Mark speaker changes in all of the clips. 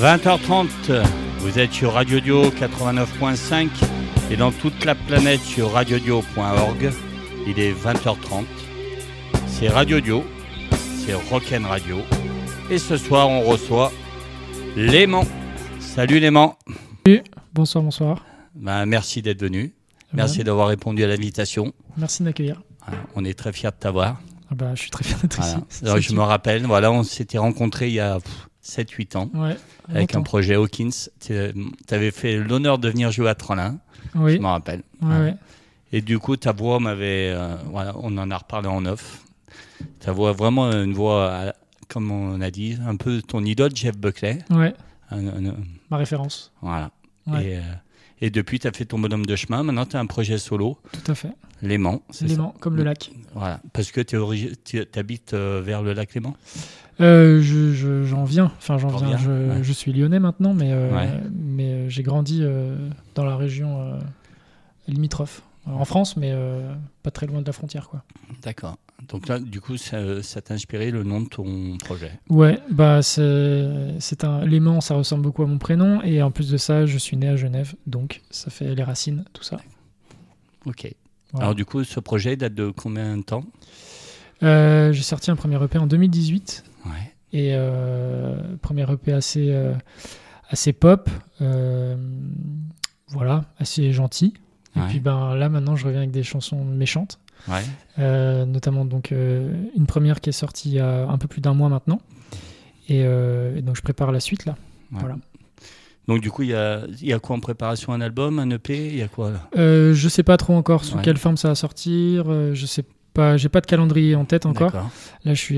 Speaker 1: 20h30, vous êtes sur Radio Dio 89.5 et dans toute la planète sur radiodio.org. Il est 20h30. C'est Radio Dio, c'est Rock'n Radio. Et ce soir, on reçoit Léman. Salut Léman.
Speaker 2: Salut. Bonsoir.
Speaker 1: Merci d'être venu. Merci d'avoir répondu à l'invitation.
Speaker 2: Merci de m'accueillir.
Speaker 1: On est très fiers de t'avoir.
Speaker 2: Je suis très fier d'être ici.
Speaker 1: Alors, je me rappelle, on s'était rencontrés il y a 7-8 ans avec un projet Hawkins. Tu avais fait l'honneur de venir jouer à Trollin, je me rappelle.
Speaker 2: Ouais.
Speaker 1: Et du coup, ta voix m'avait... on en a reparlé en off. Ta voix, vraiment une voix, comme on a dit, un peu ton idole, Jeff Buckley.
Speaker 2: Ouais, ma référence.
Speaker 1: Voilà.
Speaker 2: Ouais.
Speaker 1: Et depuis, tu as fait ton bonhomme de chemin. Maintenant, tu as un projet solo.
Speaker 2: Tout à fait.
Speaker 1: Léman, c'est
Speaker 2: Léman, comme le lac.
Speaker 1: Voilà, parce que tu habites vers le lac Léman.
Speaker 2: J'en viens. Je suis lyonnais maintenant, mais j'ai grandi dans la région limitrophe. En France, mais pas très loin de la frontière, quoi.
Speaker 1: D'accord. Donc là, du coup, ça t'a inspiré le nom de ton projet.
Speaker 2: Ouais, c'est un Léman, ça ressemble beaucoup à mon prénom, et en plus de ça, je suis né à Genève, donc ça fait les racines, tout ça.
Speaker 1: Ok.
Speaker 2: Voilà.
Speaker 1: Alors du coup, ce projet date de combien de temps ?
Speaker 2: J'ai sorti un premier EP en 2018.
Speaker 1: Ouais.
Speaker 2: Et premier EP assez pop, assez gentil.
Speaker 1: Ouais.
Speaker 2: Et puis là maintenant je reviens avec des chansons méchantes.
Speaker 1: Ouais.
Speaker 2: Notamment donc une première qui est sortie il y a un peu plus d'un mois maintenant. Et donc je prépare la suite là.
Speaker 1: Ouais.
Speaker 2: Voilà.
Speaker 1: Donc du coup, il y a quoi en préparation ? Un album, un EP ? Il y a quoi là ?
Speaker 2: Je sais pas trop encore sous quelle forme ça va sortir. Je sais pas, j'ai pas de calendrier en tête encore.
Speaker 1: D'accord.
Speaker 2: Là, je suis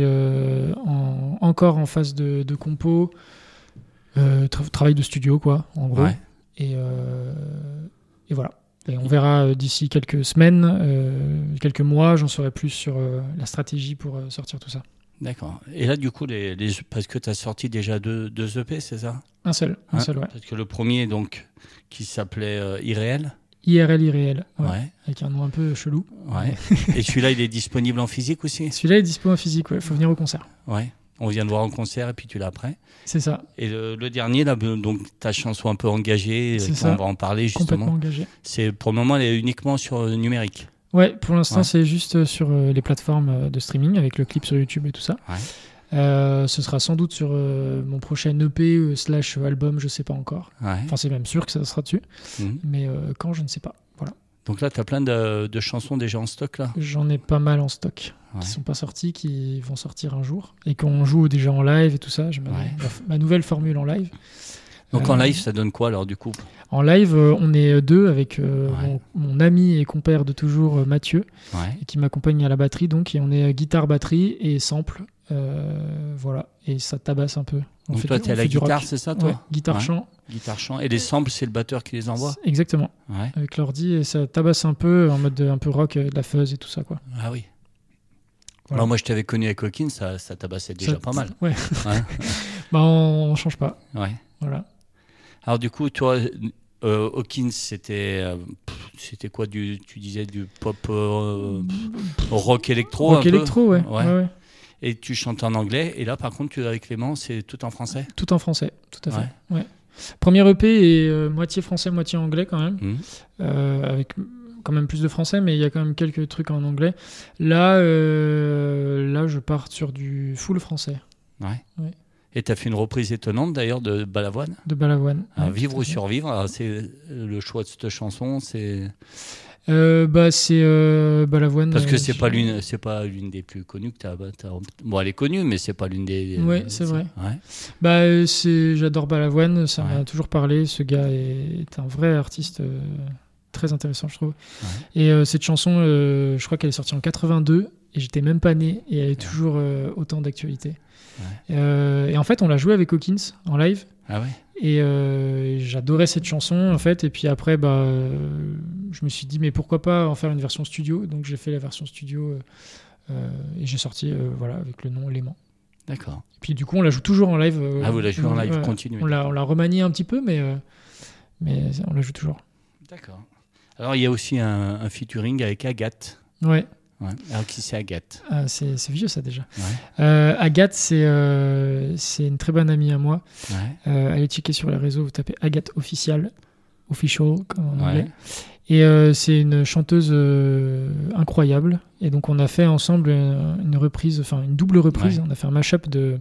Speaker 2: encore en phase de compo, travail de studio, quoi, en gros.
Speaker 1: Ouais.
Speaker 2: Et voilà. Et on verra d'ici quelques semaines, quelques mois, j'en saurai plus sur la stratégie pour sortir tout ça.
Speaker 1: D'accord. Et là, du coup, parce que tu as sorti déjà deux EP, c'est ça ?
Speaker 2: Un seul, ouais.
Speaker 1: Parce que le premier, donc, qui s'appelait Irréel.
Speaker 2: IRL,
Speaker 1: Ouais.
Speaker 2: avec un nom un peu chelou.
Speaker 1: Ouais. Et celui-là, il est disponible en physique aussi ?
Speaker 2: Celui-là est disponible en physique, ouais. Faut venir au concert.
Speaker 1: Ouais. On vient de voir en concert et puis tu l'as après.
Speaker 2: C'est ça.
Speaker 1: Et le dernier, là, donc ta chanson un peu engagée, on va en parler justement.
Speaker 2: Complètement engagée.
Speaker 1: C'est pour le moment, elle est uniquement sur numérique.
Speaker 2: Ouais, pour l'instant, c'est juste sur les plateformes de streaming avec le clip sur YouTube et tout ça.
Speaker 1: Ouais.
Speaker 2: Ce sera sans doute sur mon prochain EP / album, je sais pas encore.
Speaker 1: Ouais.
Speaker 2: Enfin, c'est même sûr que ça sera dessus.
Speaker 1: Mhm.
Speaker 2: Mais quand, je ne sais pas. Voilà.
Speaker 1: Donc là, tu as plein de chansons déjà en stock là ?
Speaker 2: J'en ai pas mal en stock qui sont pas sortis, qui vont sortir un jour et qu'on joue déjà en live et tout ça. J'ai ma nouvelle formule en live.
Speaker 1: Donc en live, ça donne quoi alors du coup ?
Speaker 2: En live, on est deux avec mon ami et compère de toujours, Mathieu, et qui m'accompagne à la batterie. Donc, et on est guitare, batterie et sample. Voilà. Et ça tabasse un peu.
Speaker 1: Donc toi, tu es à la guitare, c'est ça toi ?
Speaker 2: Guitare-chant.
Speaker 1: Guitare-chant. Et les samples, c'est le batteur qui les envoie ?
Speaker 2: Exactement.
Speaker 1: Ouais.
Speaker 2: Avec l'ordi, et ça tabasse un peu en mode un peu rock, de la fuzz et tout ça, quoi.
Speaker 1: Ah oui.
Speaker 2: Voilà.
Speaker 1: Alors moi, je t'avais connu avec Hawkins, ça tabassait déjà pas mal.
Speaker 2: Ouais. On change pas.
Speaker 1: Ouais.
Speaker 2: Voilà.
Speaker 1: Alors du coup, toi, Hawkins, c'était quoi tu disais du pop rock électro
Speaker 2: rock électro, ouais.
Speaker 1: Et tu chantes en anglais. Et là, par contre, avec Clément, c'est tout en français ?
Speaker 2: Tout en français, tout à fait. Ouais. Premier EP est moitié français, moitié anglais quand même. Avec quand même plus de français, mais il y a quand même quelques trucs en anglais. Là, je pars sur du full français.
Speaker 1: Ouais. Et tu as fait une reprise étonnante d'ailleurs de Balavoine.
Speaker 2: De Balavoine.
Speaker 1: Vivre ou survivre. Alors, c'est le choix de cette chanson, c'est.
Speaker 2: C'est Balavoine.
Speaker 1: Parce que c'est pas l'une des plus connues que t'as. Bon, elle est connue, mais c'est pas l'une des.
Speaker 2: Ouais, c'est vrai.
Speaker 1: Ouais.
Speaker 2: J'adore Balavoine. Ça m'a toujours parlé. Ce gars est un vrai artiste. Très intéressant, je trouve. Ouais. Et cette chanson, je crois qu'elle est sortie en 82 et j'étais même pas né et elle est toujours autant d'actualité. Ouais. Et en fait, on l'a jouée avec Hawkins en live.
Speaker 1: Ah ouais.
Speaker 2: Et j'adorais cette chanson en fait. Et puis après, je me suis dit mais pourquoi pas en faire une version studio. Donc j'ai fait la version studio et j'ai sorti avec le nom Léman.
Speaker 1: D'accord.
Speaker 2: Et puis du coup, on la joue toujours en live.
Speaker 1: Vous la jouez en live, continue.
Speaker 2: On l'a remanié un petit peu, mais on la joue toujours.
Speaker 1: D'accord. Alors, il y a aussi un featuring avec Agathe.
Speaker 2: Ouais.
Speaker 1: Ouais. Alors qui c'est Agathe?
Speaker 2: C'est vieux ça déjà.
Speaker 1: Ouais.
Speaker 2: Agathe, c'est une très bonne amie à moi.
Speaker 1: Ouais.
Speaker 2: Allez checker sur les réseaux, vous tapez Agathe Official comme en anglais.
Speaker 1: Ouais.
Speaker 2: Et c'est une chanteuse incroyable. Et donc on a fait ensemble une double reprise.
Speaker 1: Ouais.
Speaker 2: On a fait un mashup de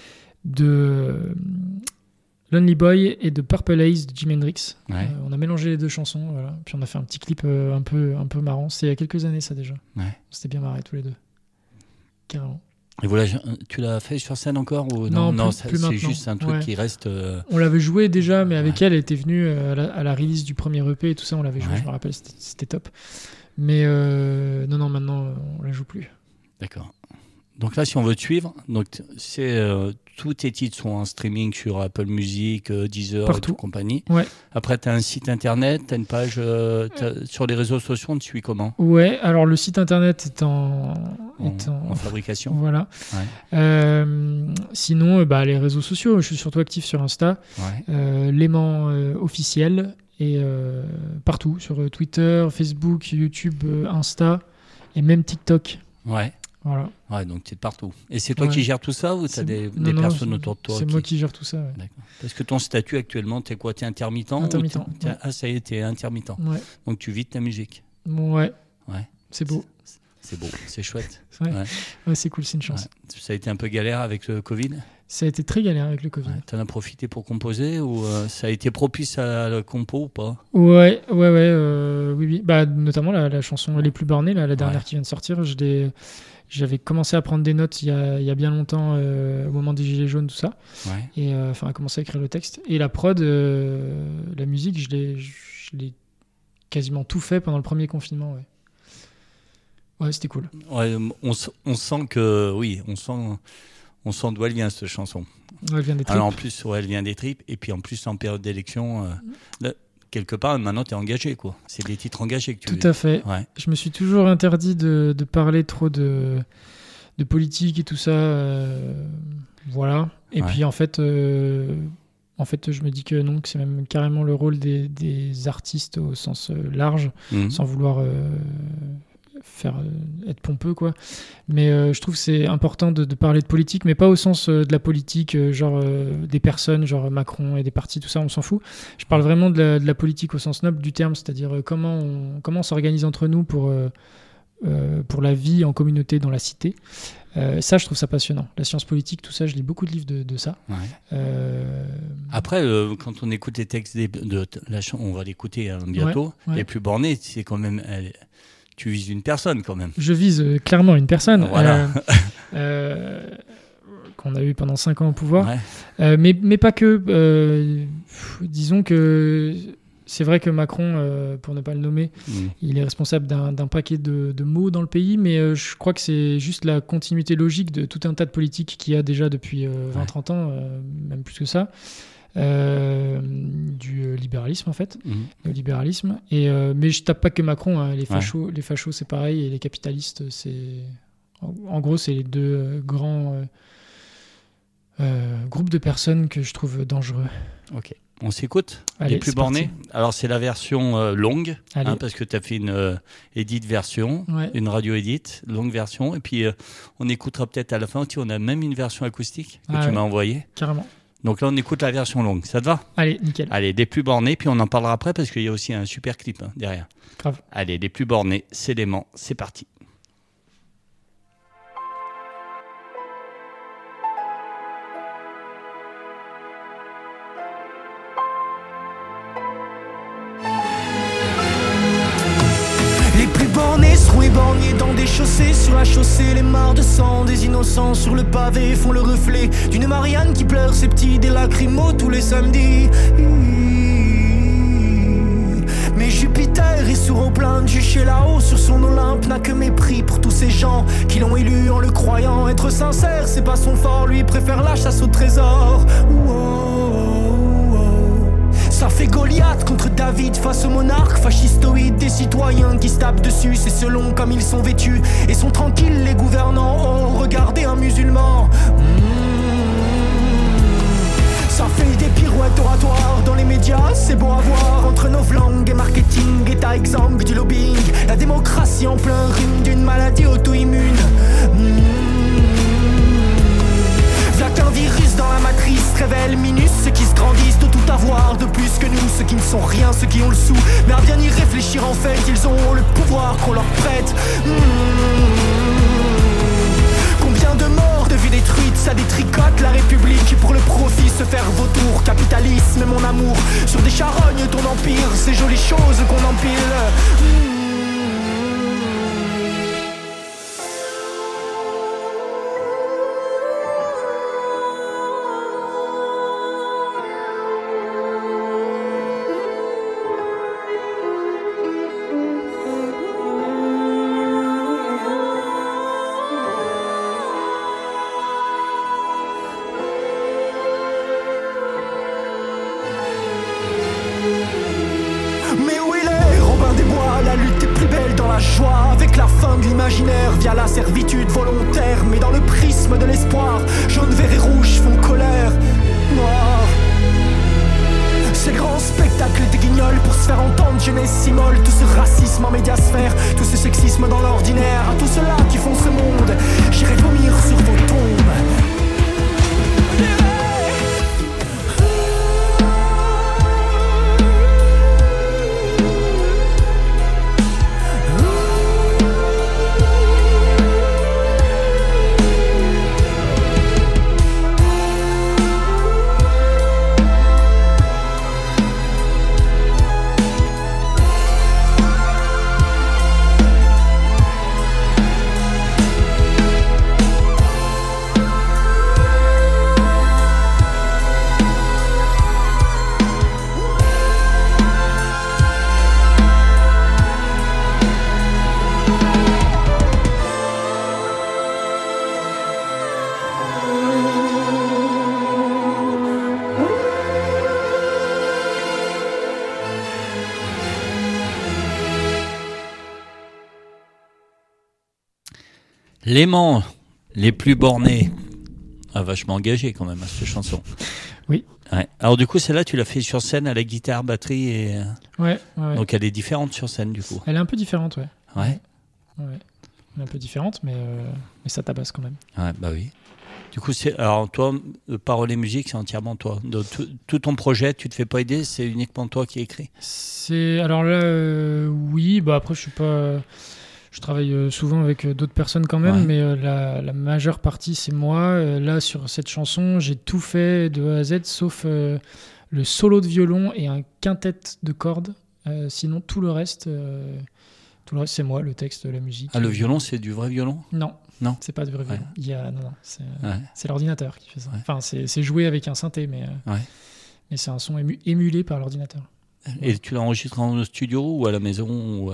Speaker 2: Lonely Boy et de Purple Haze de Jimi Hendrix.
Speaker 1: Ouais.
Speaker 2: On a mélangé les deux chansons, voilà. Puis on a fait un petit clip un peu marrant. C'est il y a quelques années ça déjà.
Speaker 1: Ouais.
Speaker 2: On s'était bien marrés tous les deux. Carrément.
Speaker 1: Et voilà, tu l'as fait sur scène encore ou
Speaker 2: Non,
Speaker 1: c'est
Speaker 2: plus maintenant.
Speaker 1: juste un truc qui reste.
Speaker 2: On l'avait joué déjà, mais avec elle était venue à la release du premier EP et tout ça, on l'avait joué, je me rappelle, c'était top. Mais non, maintenant on la joue plus.
Speaker 1: D'accord. Donc là, si on veut te suivre, donc tous tes titres sont en streaming sur Apple Music, Deezer,
Speaker 2: partout.
Speaker 1: Et compagnie.
Speaker 2: Ouais.
Speaker 1: Après, tu as un site internet, tu as une page sur les réseaux sociaux, on te suit comment?
Speaker 2: Ouais, alors le site internet est en
Speaker 1: fabrication.
Speaker 2: Voilà.
Speaker 1: Ouais.
Speaker 2: Sinon, les réseaux sociaux, je suis surtout actif sur Insta, Léman officiel, et partout, sur Twitter, Facebook, YouTube, Insta, et même TikTok.
Speaker 1: Ouais.
Speaker 2: Voilà.
Speaker 1: Ouais, donc tu es partout. Et c'est toi qui gères tout ça ou tu as des personnes autour de toi?
Speaker 2: C'est moi qui gère tout ça. Ouais.
Speaker 1: D'accord. Parce que ton statut actuellement, tu es quoi? Tu es intermittent?
Speaker 2: Intermittent.
Speaker 1: Ah, ça y est, tu es intermittent.
Speaker 2: Ouais.
Speaker 1: Donc tu vis de ta musique.
Speaker 2: Ouais. C'est beau.
Speaker 1: C'est beau, c'est chouette.
Speaker 2: Ouais, c'est cool, c'est une chance.
Speaker 1: Ouais. Ça a été un peu galère avec le Covid?
Speaker 2: Ça a été très galère avec le Covid.
Speaker 1: Tu en as profité pour composer ou ça a été propice à la compo ou pas?
Speaker 2: Oui. Notamment la chanson Les Plus Bornés, la dernière qui vient de sortir, j'avais commencé à prendre des notes il y a bien longtemps, au moment des Gilets jaunes, tout ça. Ouais. Et à commencer à écrire le texte. Et la prod, la musique, je l'ai quasiment tout fait pendant le premier confinement. Ouais, c'était cool.
Speaker 1: Ouais, on sent que, on sent d'où elle vient cette chanson.
Speaker 2: Elle vient des tripes.
Speaker 1: Alors en plus, elle vient des tripes. Et puis en plus, en période d'élection, quelque part, maintenant, tu es engagé, quoi. C'est des titres engagés que tu
Speaker 2: Tout à fait.
Speaker 1: Ouais.
Speaker 2: Je me suis toujours interdit de parler trop de politique et tout ça. Voilà. Et puis, en fait, je me dis que non, que c'est même carrément le rôle des artistes au sens large, sans vouloir être pompeux, quoi. Mais je trouve que c'est important de parler de politique, mais pas au sens de la politique, des personnes, genre Macron et des partis, tout ça, on s'en fout. Je parle vraiment de la politique au sens noble du terme, c'est-à-dire comment on s'organise entre nous pour la vie en communauté dans la cité. Ça, je trouve ça passionnant. La science politique, tout ça, je lis beaucoup de livres de ça. Ouais.
Speaker 1: Après, quand on écoute les textes on va l'écouter bientôt, Les Plus Bornés, c'est quand même... Tu vises une personne quand même.
Speaker 2: Je vise clairement une personne.
Speaker 1: Voilà.
Speaker 2: Qu'on a eu pendant 5 ans au pouvoir. Ouais. Mais pas que. Disons que c'est vrai que Macron, pour ne pas le nommer, il est responsable d'un paquet de maux dans le pays, mais je crois que c'est juste la continuité logique de tout un tas de politiques qu'il y a déjà depuis 20-30 ans, même plus que ça. Du libéralisme en fait, le libéralisme. Mais je tape pas que Macron, hein. Les fachos c'est pareil, et les capitalistes c'est, en gros c'est les deux grands groupes de personnes que je trouve dangereux. Ok.
Speaker 1: On s'écoute.
Speaker 2: Allez,
Speaker 1: Les Plus Bornés. Alors c'est la version longue, parce que tu as fait une edit version, une radio edit, longue version, et puis on écoutera peut-être à la fin. On a même une version acoustique que tu m'as envoyée. Carrément. Donc là, on écoute la version longue. Ça te va?
Speaker 2: Allez, nickel.
Speaker 1: Allez, Les Plus Bornés, puis on en parlera après parce qu'il y a aussi un super clip derrière.
Speaker 2: Grave.
Speaker 1: Allez, Les Plus Bornés, c'est Léman, c'est parti.
Speaker 3: Les plus bornés seront éborgnés dans des chaussées. Sur la chaussée, les mares de sang des innocents sur le pavé font le reflet d'une Marianne qui pleure ses petits des lacrymos tous les samedis. Mais Jupiter est sourd aux plaintes, juché là-haut sur son Olympe n'a que mépris pour tous ces gens qui l'ont élu en le croyant. Être sincère, c'est pas son fort, lui préfère la chasse au trésor. Ça fait Goliath contre David face aux monarques fascistoïdes, des citoyens qui se tapent dessus, c'est selon comme ils sont vêtus et sont tranquilles les gouvernants. Oh, regardez un musulman. Ça fait des pirouettes oratoires dans les médias, c'est beau à voir. entre novlangue et marketing, état exsangue du lobbying, la démocratie en plein rhume d'une maladie auto-immune. Y'a qu'un virus dans la matrice, révèle minus ceux qui se grandissent de tout avoir de plus que nous, ceux qui ne sont rien, ceux qui ont le sou, mais à bien y réfléchir en fait, ils ont le pouvoir qu'on leur prête. Combien de morts, de vies détruites, ça détricote la République pour le profit, se faire vautour, capitalisme et mon amour, sur des charognes ton empire, ces jolies choses qu'on empile. Via la servitude volontaire, mais dans le prisme de l'espoir, jaune, vert et rouge font colère noire. Ces grands spectacles des guignols pour se faire entendre, jeunesse si molle, tout ce racisme en médiasphère, tout ce sexisme dans l'ordinaire, à tous ceux-là qui font ce monde, j'irai vomir sur vos tombes.
Speaker 1: Léman, les plus bornés. Ah, vachement engagé quand même, cette chanson.
Speaker 2: Oui.
Speaker 1: Ouais. Alors du coup, celle-là, tu l'as fait sur scène à la guitare, batterie et...
Speaker 2: Ouais.
Speaker 1: Donc elle est différente sur scène du coup.
Speaker 2: Elle est un peu différente, ouais.
Speaker 1: Ouais.
Speaker 2: Elle est un peu différente, mais ça tabasse quand même.
Speaker 1: Ouais, bah oui. Du coup, alors toi, paroles et musique, c'est entièrement toi. Donc, tout ton projet, tu te fais pas aider, c'est uniquement toi qui écris.
Speaker 2: Alors là, oui. Bah après, je travaille souvent avec d'autres personnes quand même, mais la majeure partie, c'est moi. Là, sur cette chanson, j'ai tout fait de A à Z, sauf le solo de violon et un quintet de cordes. Sinon, tout le reste, c'est moi, le texte, la musique.
Speaker 1: Ah, le violon, c'est du vrai violon ?
Speaker 2: Non, c'est pas du vrai violon.
Speaker 1: Ouais.
Speaker 2: C'est l'ordinateur qui fait ça. Ouais. Enfin, c'est joué avec un synthé, mais c'est un son émulé par l'ordinateur.
Speaker 1: Et tu l'enregistres en studio ou à la maison ou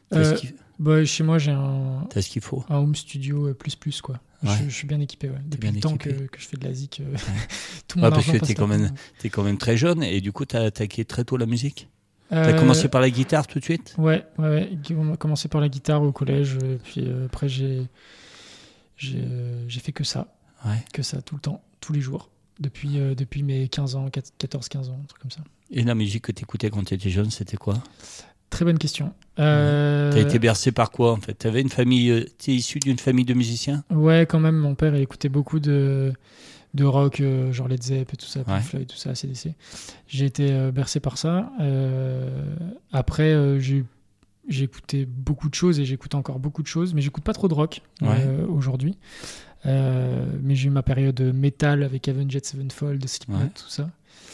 Speaker 2: chez moi, j'ai
Speaker 1: t'as ce qu'il faut.
Speaker 2: Un home studio plus quoi. Ouais. Je suis bien équipé. Ouais. Depuis le temps que je fais de la zik, tout mon argent
Speaker 1: parce que t'es quand même très jeune et du coup, t'as attaqué très tôt la musique. T'as commencé par la guitare tout de suite ?
Speaker 2: Ouais. On a commencé par la guitare au collège, puis après j'ai fait que ça tout le temps, tous les jours, depuis mes 15 ans, 14-15 ans, un truc comme ça.
Speaker 1: Et la musique que t'écoutais quand t'étais jeune, c'était quoi ?
Speaker 2: Très bonne question.
Speaker 1: T'as été bercé par quoi en fait ? T'avais une famille, t'es issu d'une famille de musiciens ?
Speaker 2: Ouais, quand même. Mon père écoutait beaucoup de rock, genre Led Zepp et tout ça, Pink Floyd, tout ça, AC/DC. J'ai été bercé par ça. Après, j'ai écouté beaucoup de choses et j'écoute encore beaucoup de choses, mais j'écoute pas trop de rock aujourd'hui. Mais j'ai eu ma période métal avec Avenged Sevenfold, Slipknot, tout ça.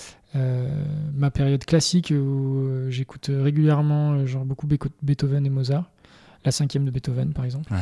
Speaker 2: Ma période classique où j'écoute régulièrement genre beaucoup Beethoven et Mozart, la 5e de Beethoven par exemple.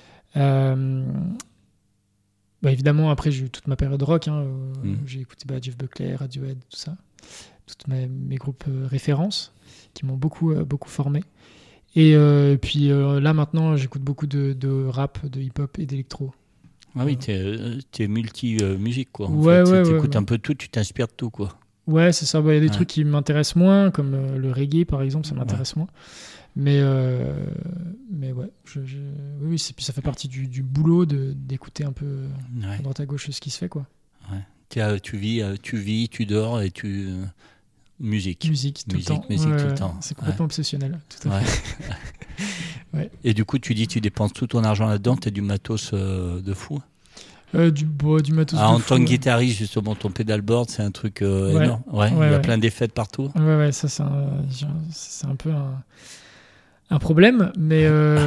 Speaker 2: Évidemment après j'ai eu toute ma période rock, j'ai écouté Jeff Buckley, Radiohead, tout ça, toutes mes groupes références qui m'ont beaucoup formé. Et puis là maintenant j'écoute beaucoup de rap, de hip-hop et d'électro.
Speaker 1: Ah oui, t'es multi-musique quoi.
Speaker 2: T'écoutes
Speaker 1: un peu tout, tu t'inspires de tout quoi.
Speaker 2: Ouais, c'est ça. Il y a des trucs qui m'intéressent moins, comme le reggae par exemple, ça m'intéresse moins. Mais ouais, oui, puis ça fait partie du boulot d'écouter un peu à droite à gauche ce qui se fait quoi.
Speaker 1: Ouais. Tu vis, tu dors et tu Musique tout le temps.
Speaker 2: C'est complètement obsessionnel. Tout à fait.
Speaker 1: Ouais. Et du coup, tu dis tu dépenses tout ton argent là-dedans, tu as du matos de fou.
Speaker 2: Du matos de fou.
Speaker 1: En tant que guitariste, justement, ton pedalboard, c'est un truc énorme. Il y a plein d'effets de partout.
Speaker 2: Ouais, ça c'est un peu un problème, mais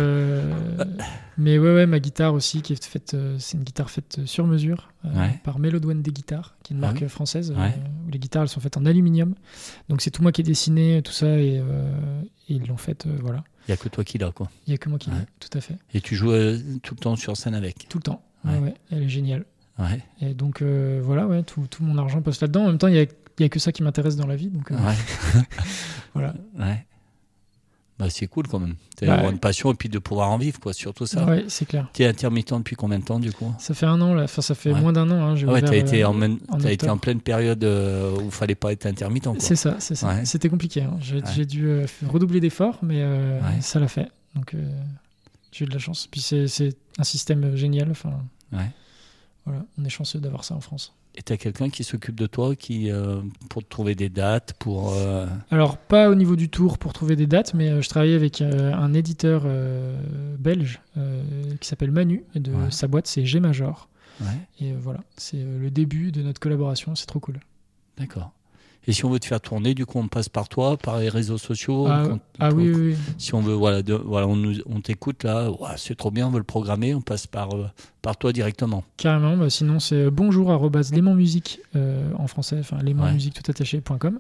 Speaker 2: ma guitare aussi qui est faite, c'est une guitare faite sur mesure par Melody One des guitares, qui est une marque française où les guitares elles sont faites en aluminium. Donc c'est tout moi qui ai dessiné tout ça et ils l'ont faite voilà. Il
Speaker 1: y a que toi qui l'as quoi.
Speaker 2: Il y a que moi qui l'ai, tout à fait.
Speaker 1: Et tu joues tout le temps sur scène avec.
Speaker 2: Tout le temps. Ouais, elle est géniale.
Speaker 1: Ouais.
Speaker 2: Et donc voilà, tout mon argent passe là-dedans. En même temps, il y a que ça qui m'intéresse dans la vie, donc voilà.
Speaker 1: Ouais. Bah, c'est cool quand même. D'avoir une passion et puis de pouvoir en vivre, quoi. Surtout ça.
Speaker 2: Ouais, c'est clair.
Speaker 1: Tu es intermittent depuis combien de temps du coup ?
Speaker 2: Ça fait 1 an là. Enfin, ça fait moins d'1 an. Hein.
Speaker 1: T'as été en pleine période où il fallait pas être intermittent. Quoi.
Speaker 2: C'est ça. Ouais. C'était compliqué. Hein. J'ai dû redoubler d'efforts, mais ça l'a fait. Donc j'ai eu de la chance. Puis c'est un système génial. Enfin, voilà, on est chanceux d'avoir ça en France.
Speaker 1: Et tu as quelqu'un qui s'occupe de toi pour te trouver des dates
Speaker 2: Alors, pas au niveau du tour pour trouver des dates, mais je travaille avec un éditeur belge qui s'appelle Manu, et sa boîte, c'est G Major. Et voilà, c'est le début de notre collaboration, c'est trop cool.
Speaker 1: D'accord. Et si on veut te faire tourner, du coup, on passe par toi, par les réseaux sociaux.
Speaker 2: Oui.
Speaker 1: Si on veut, on t'écoute là, c'est trop bien, on veut le programmer, on passe par toi directement.
Speaker 2: Carrément. Sinon, c'est bonjour@lemonmusique en français, enfin lemonmusique.com.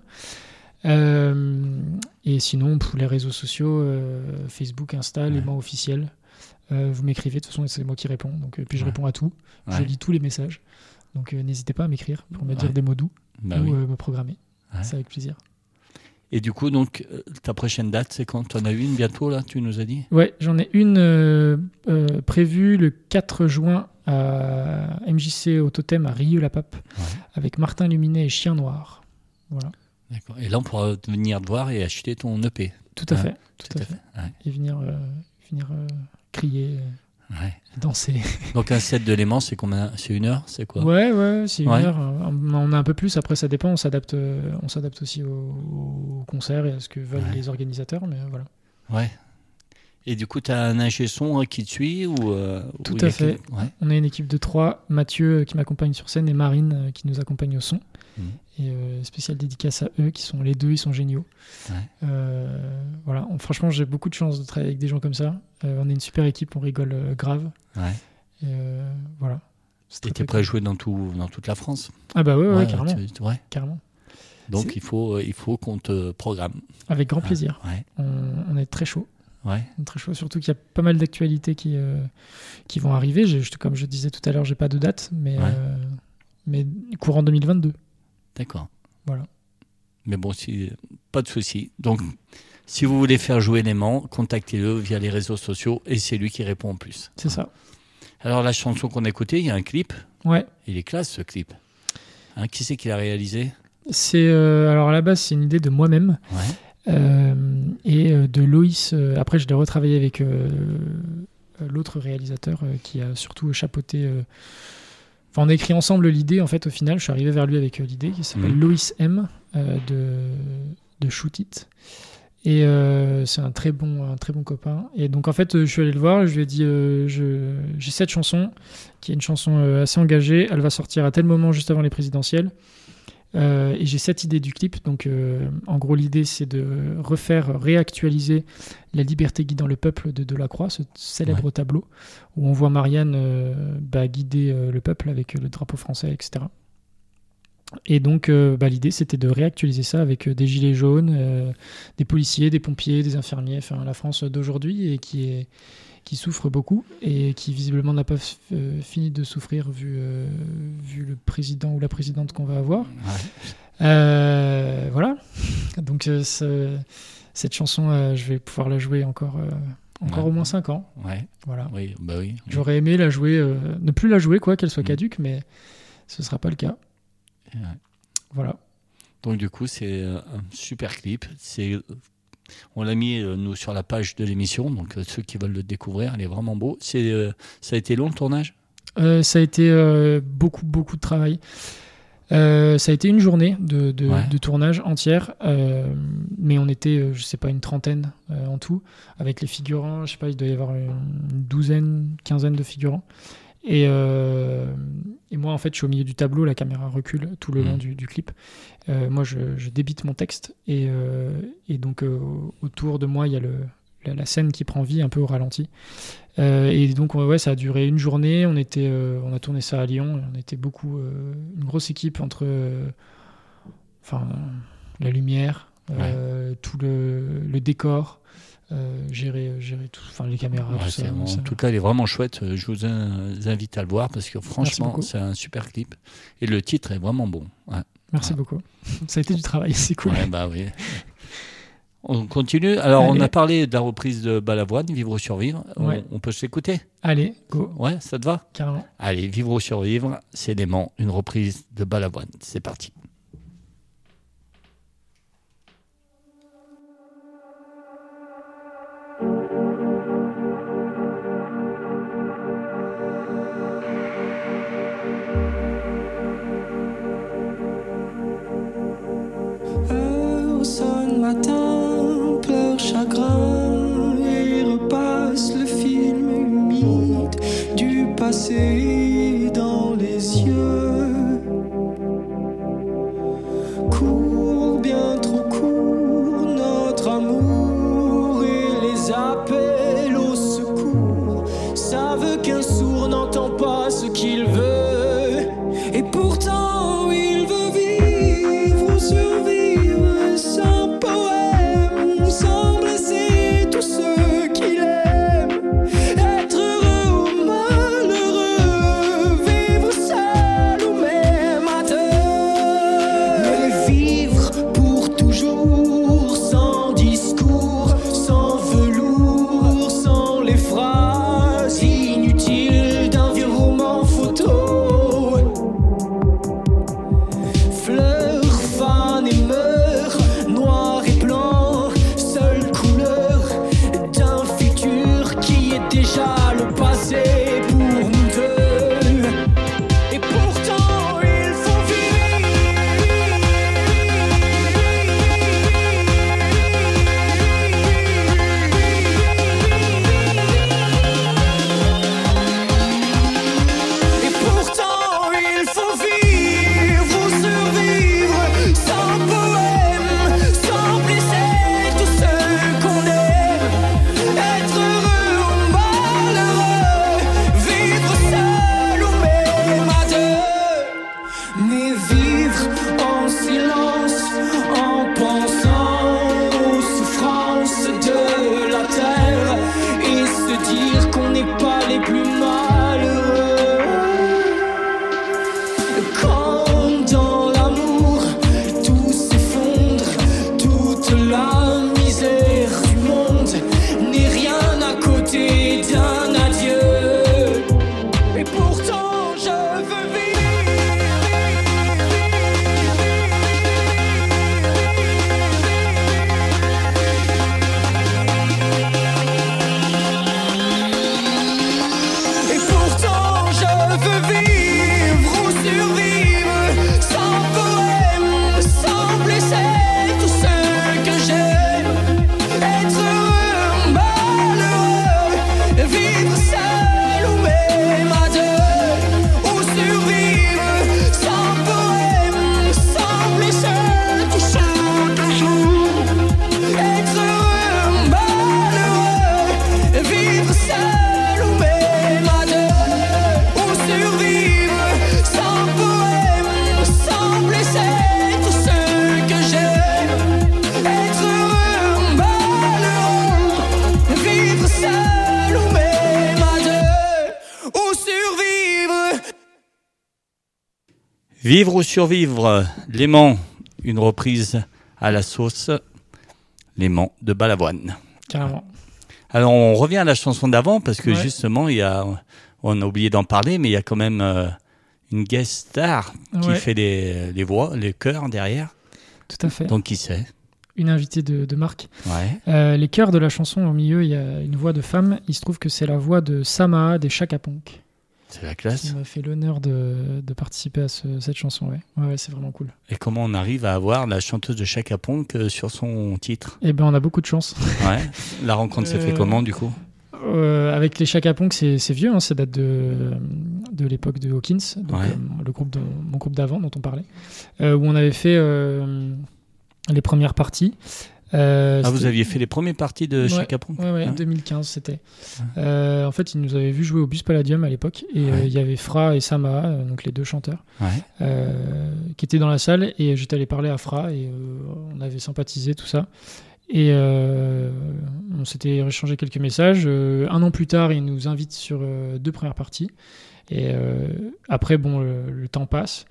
Speaker 2: Et sinon, pour les réseaux sociaux, Facebook, Insta, Léman officiel. Vous m'écrivez, de toute façon, c'est moi qui réponds. Donc, puis je réponds à tout. Je lis tous les messages. Donc, n'hésitez pas à m'écrire pour me dire des mots doux ou me programmer. C'est avec plaisir.
Speaker 1: Et du coup, donc, ta prochaine date, c'est quand ? Tu en as une bientôt, là, tu nous as dit ?
Speaker 2: Ouais, j'en ai une prévue le 4 juin à MJC au Totem à Rieux-la-Pape avec Martin Luminet et Chien Noir. Voilà.
Speaker 1: D'accord. Et là, on pourra venir te voir et acheter ton EP.
Speaker 2: Tout à fait. Tout à fait. Ouais. Et venir crier. Danser.
Speaker 1: Donc un set de Léman, c'est combien ? C'est 1 heure ? C'est quoi ?
Speaker 2: Ouais, c'est 1 heure. On a un peu plus, après ça dépend, on s'adapte aussi au concert et à ce que veulent les organisateurs, mais voilà. Ouais.
Speaker 1: Et du coup, tu as un ingé son qui te suit
Speaker 2: Tout à fait. On a une équipe de 3, Mathieu qui m'accompagne sur scène et Marine qui nous accompagne au son. Et spéciale dédicace à eux, qui sont les deux, ils sont géniaux. Voilà. Franchement, j'ai beaucoup de chance de travailler avec des gens comme ça. On est une super équipe, on rigole grave. Et voilà.
Speaker 1: Et t'es prêt à jouer dans toute la France ?
Speaker 2: Ah bah ouais, carrément. Carrément.
Speaker 1: Donc il faut qu'on te programme.
Speaker 2: Avec grand plaisir. On est très chaud. Très chaud, surtout qu'il y a pas mal d'actualités qui vont arriver. Comme je disais tout à l'heure, j'ai pas de date, mais courant 2022.
Speaker 1: D'accord.
Speaker 2: Voilà.
Speaker 1: Mais bon, pas de souci. Donc, si vous voulez faire jouer Léman, contactez-le via les réseaux sociaux et c'est lui qui répond en plus.
Speaker 2: C'est ça.
Speaker 1: Alors, la chanson qu'on a écoutée, il y a un clip.
Speaker 2: Ouais.
Speaker 1: Il est classe, ce clip. Qui c'est qui l'a réalisé ?
Speaker 2: Alors, à la base, c'est une idée de moi-même. Et de Loïs. Après, je l'ai retravaillé avec l'autre réalisateur qui a surtout chapeauté... on a écrit ensemble l'idée, en fait, au final. Je suis arrivé vers lui avec l'idée, qui s'appelle Loïs M, de Shoot It. Et c'est un très bon copain. Et donc, en fait, je suis allé le voir, je lui ai dit, j'ai cette chanson, qui est une chanson assez engagée. Elle va sortir à tel moment, juste avant les présidentielles. Et j'ai cette idée du clip. Donc, en gros, l'idée, c'est de réactualiser La liberté guidant le peuple de Delacroix, ce célèbre tableau, où on voit Marianne guider le peuple avec le drapeau français, etc. Et donc, l'idée, c'était de réactualiser ça avec des gilets jaunes, des policiers, des pompiers, des infirmiers, enfin, la France d'aujourd'hui, et qui souffre beaucoup et qui visiblement n'a pas fini de souffrir vu le président ou la présidente qu'on va avoir. Voilà. Donc cette chanson, je vais pouvoir la jouer encore au moins 5 ans. Voilà.
Speaker 1: Oui.
Speaker 2: J'aurais aimé la jouer, ne plus la jouer, qu'elle soit caduque, mais ce ne sera pas le cas. Voilà.
Speaker 1: Donc du coup, c'est un super clip. On l'a mis, nous, sur la page de l'émission, donc ceux qui veulent le découvrir, il est vraiment beau. Ça a été long, le tournage ?
Speaker 2: Ça a été beaucoup de travail. Ça a été une journée de tournage entière, mais on était, je sais pas, une trentaine en tout, avec les figurants, je sais pas, il doit y avoir une douzaine, quinzaine de figurants. Et moi, en fait, je suis au milieu du tableau, la caméra recule tout le long du clip. Moi, je débite mon texte, et donc autour de moi, il y a la scène qui prend vie un peu au ralenti. Et donc ça a duré une journée. On a tourné ça à Lyon. On était beaucoup, une grosse équipe entre la lumière, tout le décor, gérer tout, les caméras, tout ça.
Speaker 1: En tout cas, il est vraiment chouette. Je vous invite à le voir parce que franchement, c'est un super clip. Et le titre est vraiment bon. Ouais.
Speaker 2: Merci beaucoup. Ça a été du travail, c'est cool.
Speaker 1: Oui. On continue. Alors, on a parlé de la reprise de Balavoine, Vivre ou survivre. On peut s'écouter ?
Speaker 2: Allez, go.
Speaker 1: Ouais, ça te va ?
Speaker 2: Carrément.
Speaker 1: Allez, Vivre ou survivre, c'est Léman, une reprise de Balavoine. C'est parti.
Speaker 3: Sonne matin, pleure chagrin et repasse le film humide du passé dans les yeux. Court, bien trop court, notre amour et les appels au secours savent qu'un sourd n'entend pas ce qu'il veut, et pourtant il veut vivre ou survivre sans poème, sans blesser tous ceux qu'il aime, être heureux ou malheureux, vivre seul ou même à deux, mais vivre pour toujours, sans discours, sans velours, sans les phrases inutiles d'un vieux roman photo. Fleurs, fan et meurt, noir et blanc, seule couleur d'un futur qui est déjà le passé pour nous deux. Et pourtant il faut vivre ou survivre sans poème, sans blesser tous ceux qu'on aime, être heureux ou malheureux, vivre seul ou même à deux, mais vivre en silence, en pensant aux souffrances de la terre, et se dire qu'on n'est pas les plus malheureux. Quand dans l'amour tout s'effondre, toute la misère du monde n'est rien à côté d'un adieu. Et pourtant je veux Et pourtant je veux vivre ou survivre sans poème, sans blesser tous ceux que j'aime, être heureux ou malheureux, vivre seul ou même à deux, ou survivre sans poème, sans blesser tous ceux que j'aime, être heureux ou malheureux, vivre seul ou même à deux, ou survivre sans poème, sans blesser tous ceux que j'aime, être heureux ou malheureux, vivre seul ou même à deux, ou survivre.
Speaker 1: Vivre ou survivre, Léman, une reprise à la sauce Léman de Balavoine.
Speaker 2: Carrément.
Speaker 1: Alors, on revient à la chanson d'avant parce que justement, on a oublié d'en parler, mais il y a quand même une guest star qui fait les voix, les chœurs derrière.
Speaker 2: Tout à fait.
Speaker 1: Donc, qui c'est ?
Speaker 2: Une invitée de marque.
Speaker 1: Ouais.
Speaker 2: Les chœurs de la chanson, au milieu, il y a une voix de femme. Il se trouve que c'est la voix de Sama des Chaka Ponk.
Speaker 1: C'est la classe.
Speaker 2: Qui m'a fait l'honneur de participer à cette chanson. Ouais, c'est vraiment cool.
Speaker 1: Et comment on arrive à avoir la chanteuse de Chaka Ponk sur son titre ?
Speaker 2: Eh ben, on a beaucoup de chance.
Speaker 1: Ouais. La rencontre s'est fait comment, du coup ?
Speaker 2: Avec les Chaka Ponk, c'est vieux, hein, ça date de l'époque de Hawkins, donc, mon groupe d'avant dont on parlait, où on avait fait les premières parties.
Speaker 1: Vous aviez fait les premières parties de Chaka Ponk ?
Speaker 2: Ouais, 2015 c'était. En fait, ils nous avaient vu jouer au Bus Palladium à l'époque, et il y avait Fra et Sama, donc les deux chanteurs, qui étaient dans la salle, et j'étais allé parler à Fra, et on avait sympathisé, tout ça. Et on s'était échangé quelques messages. Un an plus tard, il nous invite sur 2 premières parties. Et après, le temps passe.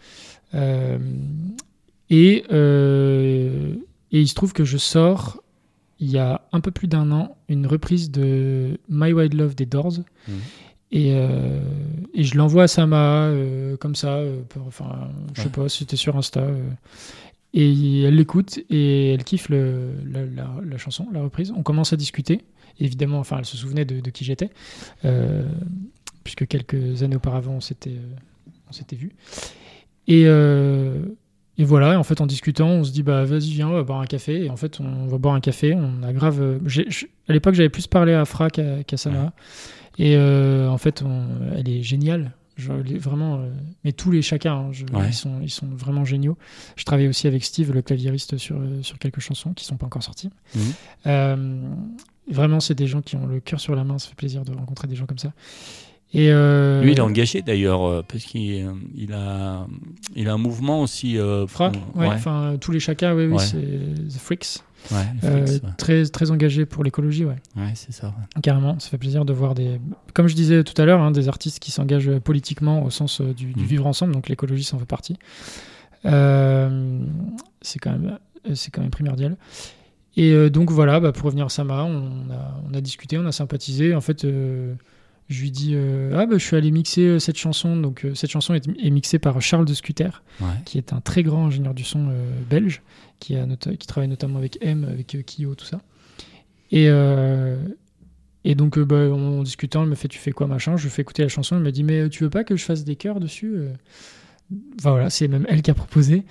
Speaker 2: Et il se trouve que je sors, il y a un peu plus d'1 an, une reprise de My Wild Love des Doors. Et je l'envoie à Sama, comme ça. Je sais pas, c'était sur Insta. Et elle l'écoute et elle kiffe la chanson, la reprise. On commence à discuter. Évidemment, elle se souvenait de qui j'étais, puisque quelques années auparavant, on s'était vus. Et voilà, en fait, en discutant, on se dit, vas-y, viens, on va boire un café. Et en fait, on va boire un café. On a grave... à l'époque, j'avais plus parlé à Fra qu'à Sama. Et en fait, elle est géniale. Vraiment, mais tous les Chaka, ils sont vraiment géniaux. Je travaillais aussi avec Steve, le claviériste, sur quelques chansons qui sont pas encore sorties. Vraiment, c'est des gens qui ont le cœur sur la main. Ça fait plaisir de rencontrer des gens comme ça. Et
Speaker 1: lui, il est engagé d'ailleurs parce qu'il a un mouvement aussi.
Speaker 2: Fra, tous les Chaka, c'est The Freaks. Très, très engagé pour l'écologie,
Speaker 1: c'est ça.
Speaker 2: Carrément, ça fait plaisir de voir comme je disais tout à l'heure, des artistes qui s'engagent politiquement au sens du vivre ensemble, donc l'écologie s'en fait partie. C'est quand même primordial. Et donc voilà, pour revenir à Sama, on a discuté, on a sympathisé. En fait, je lui dis je suis allé mixer cette chanson. Donc cette chanson est mixée par Charles de Scuter, qui est un très grand ingénieur du son belge, qui travaille notamment avec avec Kyo, tout ça. Et donc en discutant, elle me fait, tu fais quoi, machin. Je lui fais écouter la chanson, elle me dit, mais tu veux pas que je fasse des chœurs dessus? Voilà, c'est même elle qui a proposé.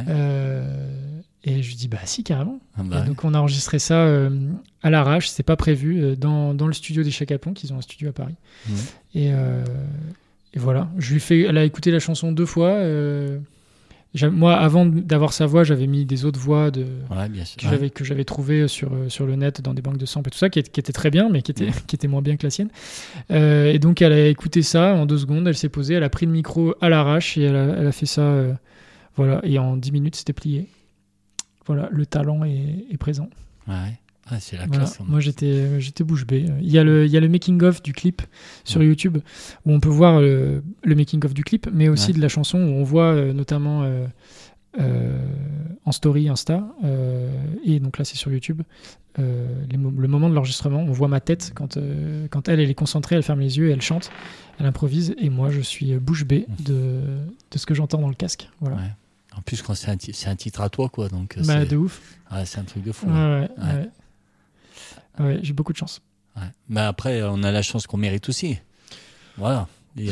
Speaker 2: Et je lui dis, si, carrément. Et donc on a enregistré ça à l'arrache, c'est pas prévu, dans le studio des Chaka Ponk, ils ont un studio à Paris. Et voilà, elle a écouté la chanson 2 fois. Moi, avant d'avoir sa voix, j'avais mis des autres voix que j'avais trouvées sur le net, dans des banques de samples et tout ça, qui étaient très bien, mais qui étaient moins bien que la sienne. Et donc elle a écouté ça en 2 secondes, elle s'est posée, elle a pris le micro à l'arrache et elle a fait ça. Et en 10 minutes, c'était plié. Voilà, le talent est présent.
Speaker 1: C'est la classe.
Speaker 2: Moi, j'étais bouche bée. Il y a le making-of du clip sur YouTube, où on peut voir le making-of du clip, mais aussi de la chanson, où on voit notamment en story Insta, et donc là, c'est sur YouTube, le moment de l'enregistrement. On voit ma tête quand elle est concentrée, elle ferme les yeux, et elle chante, elle improvise, et moi, je suis bouche bée de ce que j'entends dans le casque. Voilà.
Speaker 1: En plus, quand c'est un titre à toi, quoi. Donc,
Speaker 2: de ouf.
Speaker 1: C'est un truc de fou.
Speaker 2: J'ai beaucoup de chance.
Speaker 1: Mais après, on a la chance qu'on mérite aussi. Voilà. Oui.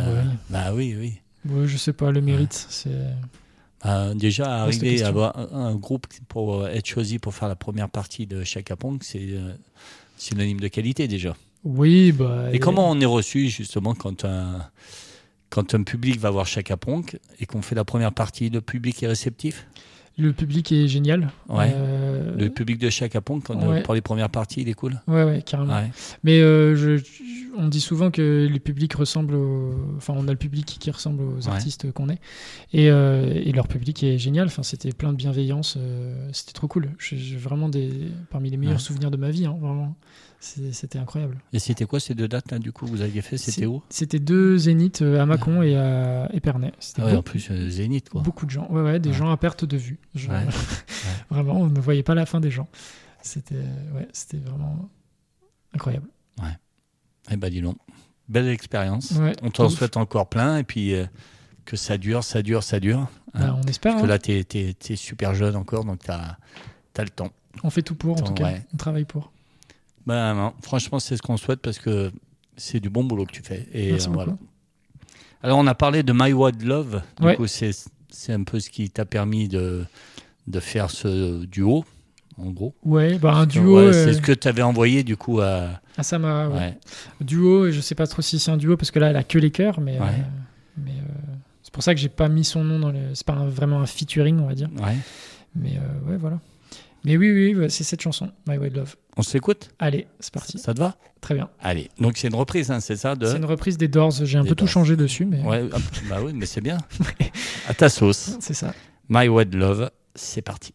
Speaker 2: Je sais pas, le mérite, c'est...
Speaker 1: déjà, arriver à avoir un groupe pour être choisi pour faire la première partie de Chaka Ponk, c'est synonyme de qualité, déjà.
Speaker 2: Oui,
Speaker 1: Et comment on est reçu, justement, quand un public va voir Chaka Ponk et qu'on fait la première partie, le public est réceptif?
Speaker 2: Le public est génial.
Speaker 1: Le public de Chaka Ponk, pour les premières parties, il est cool.
Speaker 2: Ouais, carrément. Mais on dit souvent que les publics ressemblent on a le public qui ressemble aux artistes qu'on est. Et leur public est génial. C'était plein de bienveillance. C'était trop cool. J'ai vraiment parmi les meilleurs souvenirs de ma vie, vraiment. C'était incroyable.
Speaker 1: Et c'était quoi ces 2 dates là, du coup, vous aviez fait? C'était où?
Speaker 2: C'était 2 zéniths à Mâcon et à Épernay.
Speaker 1: En plus, zénith, quoi.
Speaker 2: Beaucoup de gens. Des gens à perte de vue. Vraiment, on ne voyait pas la fin des gens. C'était vraiment incroyable.
Speaker 1: Dis donc, belle expérience. On t'en souhaite encore plein, et puis que ça dure.
Speaker 2: On espère.
Speaker 1: Parce que là, t'es super jeune encore, donc t'as le temps.
Speaker 2: On fait tout pour, en tout cas. On travaille pour.
Speaker 1: Non, franchement, c'est ce qu'on souhaite, parce que c'est du bon boulot que tu fais. Et
Speaker 2: merci beaucoup.
Speaker 1: Alors, on a parlé de My Wild Love. Du
Speaker 2: Ouais.
Speaker 1: coup, c'est un peu ce qui t'a permis de faire ce duo, en gros.
Speaker 2: Ouais, bah un duo.
Speaker 1: Ouais, c'est ce que tu avais envoyé, du coup, à...
Speaker 2: Ah, ça m'a. Ouais.
Speaker 1: Ouais.
Speaker 2: Duo, et je sais pas trop si c'est un duo parce que là, elle a que les chœurs, mais.
Speaker 1: Ouais.
Speaker 2: C'est pour ça que j'ai pas mis son nom dans le. C'est pas vraiment un featuring, on va dire.
Speaker 1: Ouais.
Speaker 2: Mais ouais, voilà. Mais oui, ouais, c'est cette chanson, My Wild Love.
Speaker 1: On s'écoute?
Speaker 2: Allez, c'est parti.
Speaker 1: Ça te va?
Speaker 2: Très bien.
Speaker 1: Allez. Donc, c'est une reprise, hein, c'est ça
Speaker 2: C'est une reprise des Doors. J'ai un peu tout changé dessus, mais.
Speaker 1: Ouais, bah oui, mais c'est bien. À ta sauce.
Speaker 2: C'est ça.
Speaker 1: My Wild Love, c'est parti.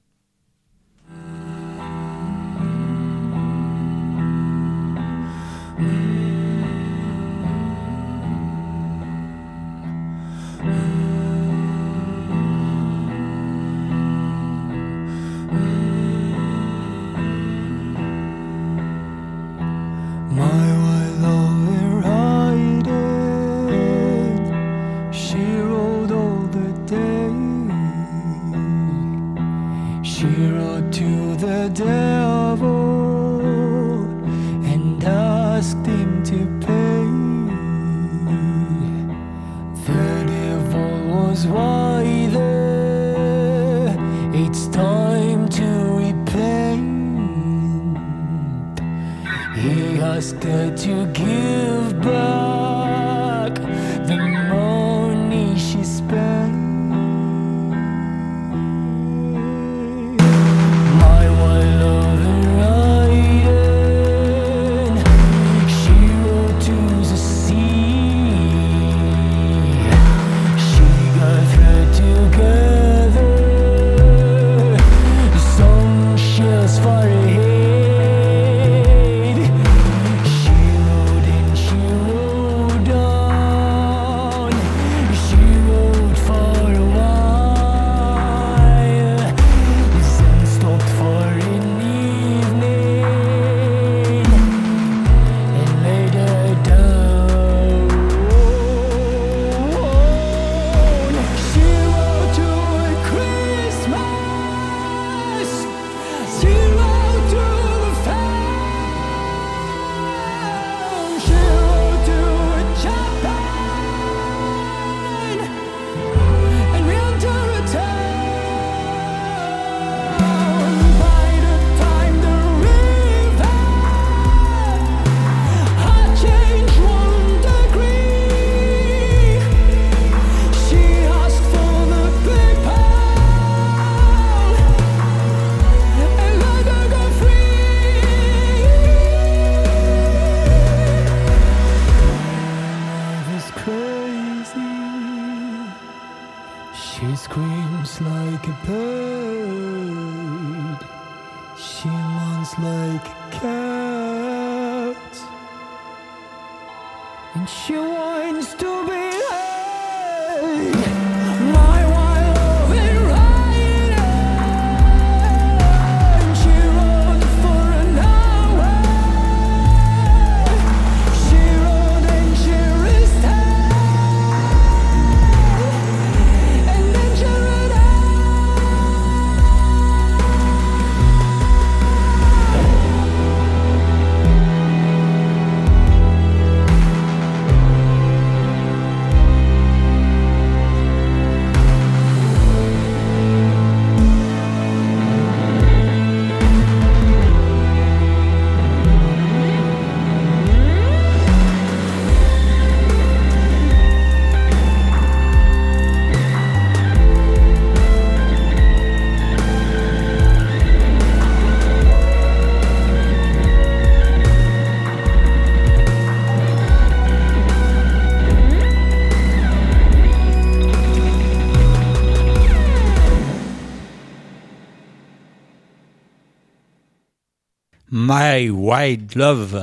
Speaker 1: My Wild Love,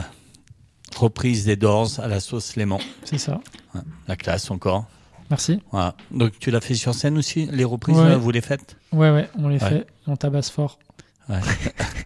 Speaker 1: reprise des Doors à la sauce Léman.
Speaker 2: C'est ça.
Speaker 1: Ouais, la classe encore.
Speaker 2: Merci.
Speaker 1: Voilà. Donc tu l'as fait sur scène aussi, les reprises,
Speaker 2: ouais.
Speaker 1: Là, vous les faites?
Speaker 2: Ouais, on les fait, on tabasse fort.
Speaker 1: Ouais.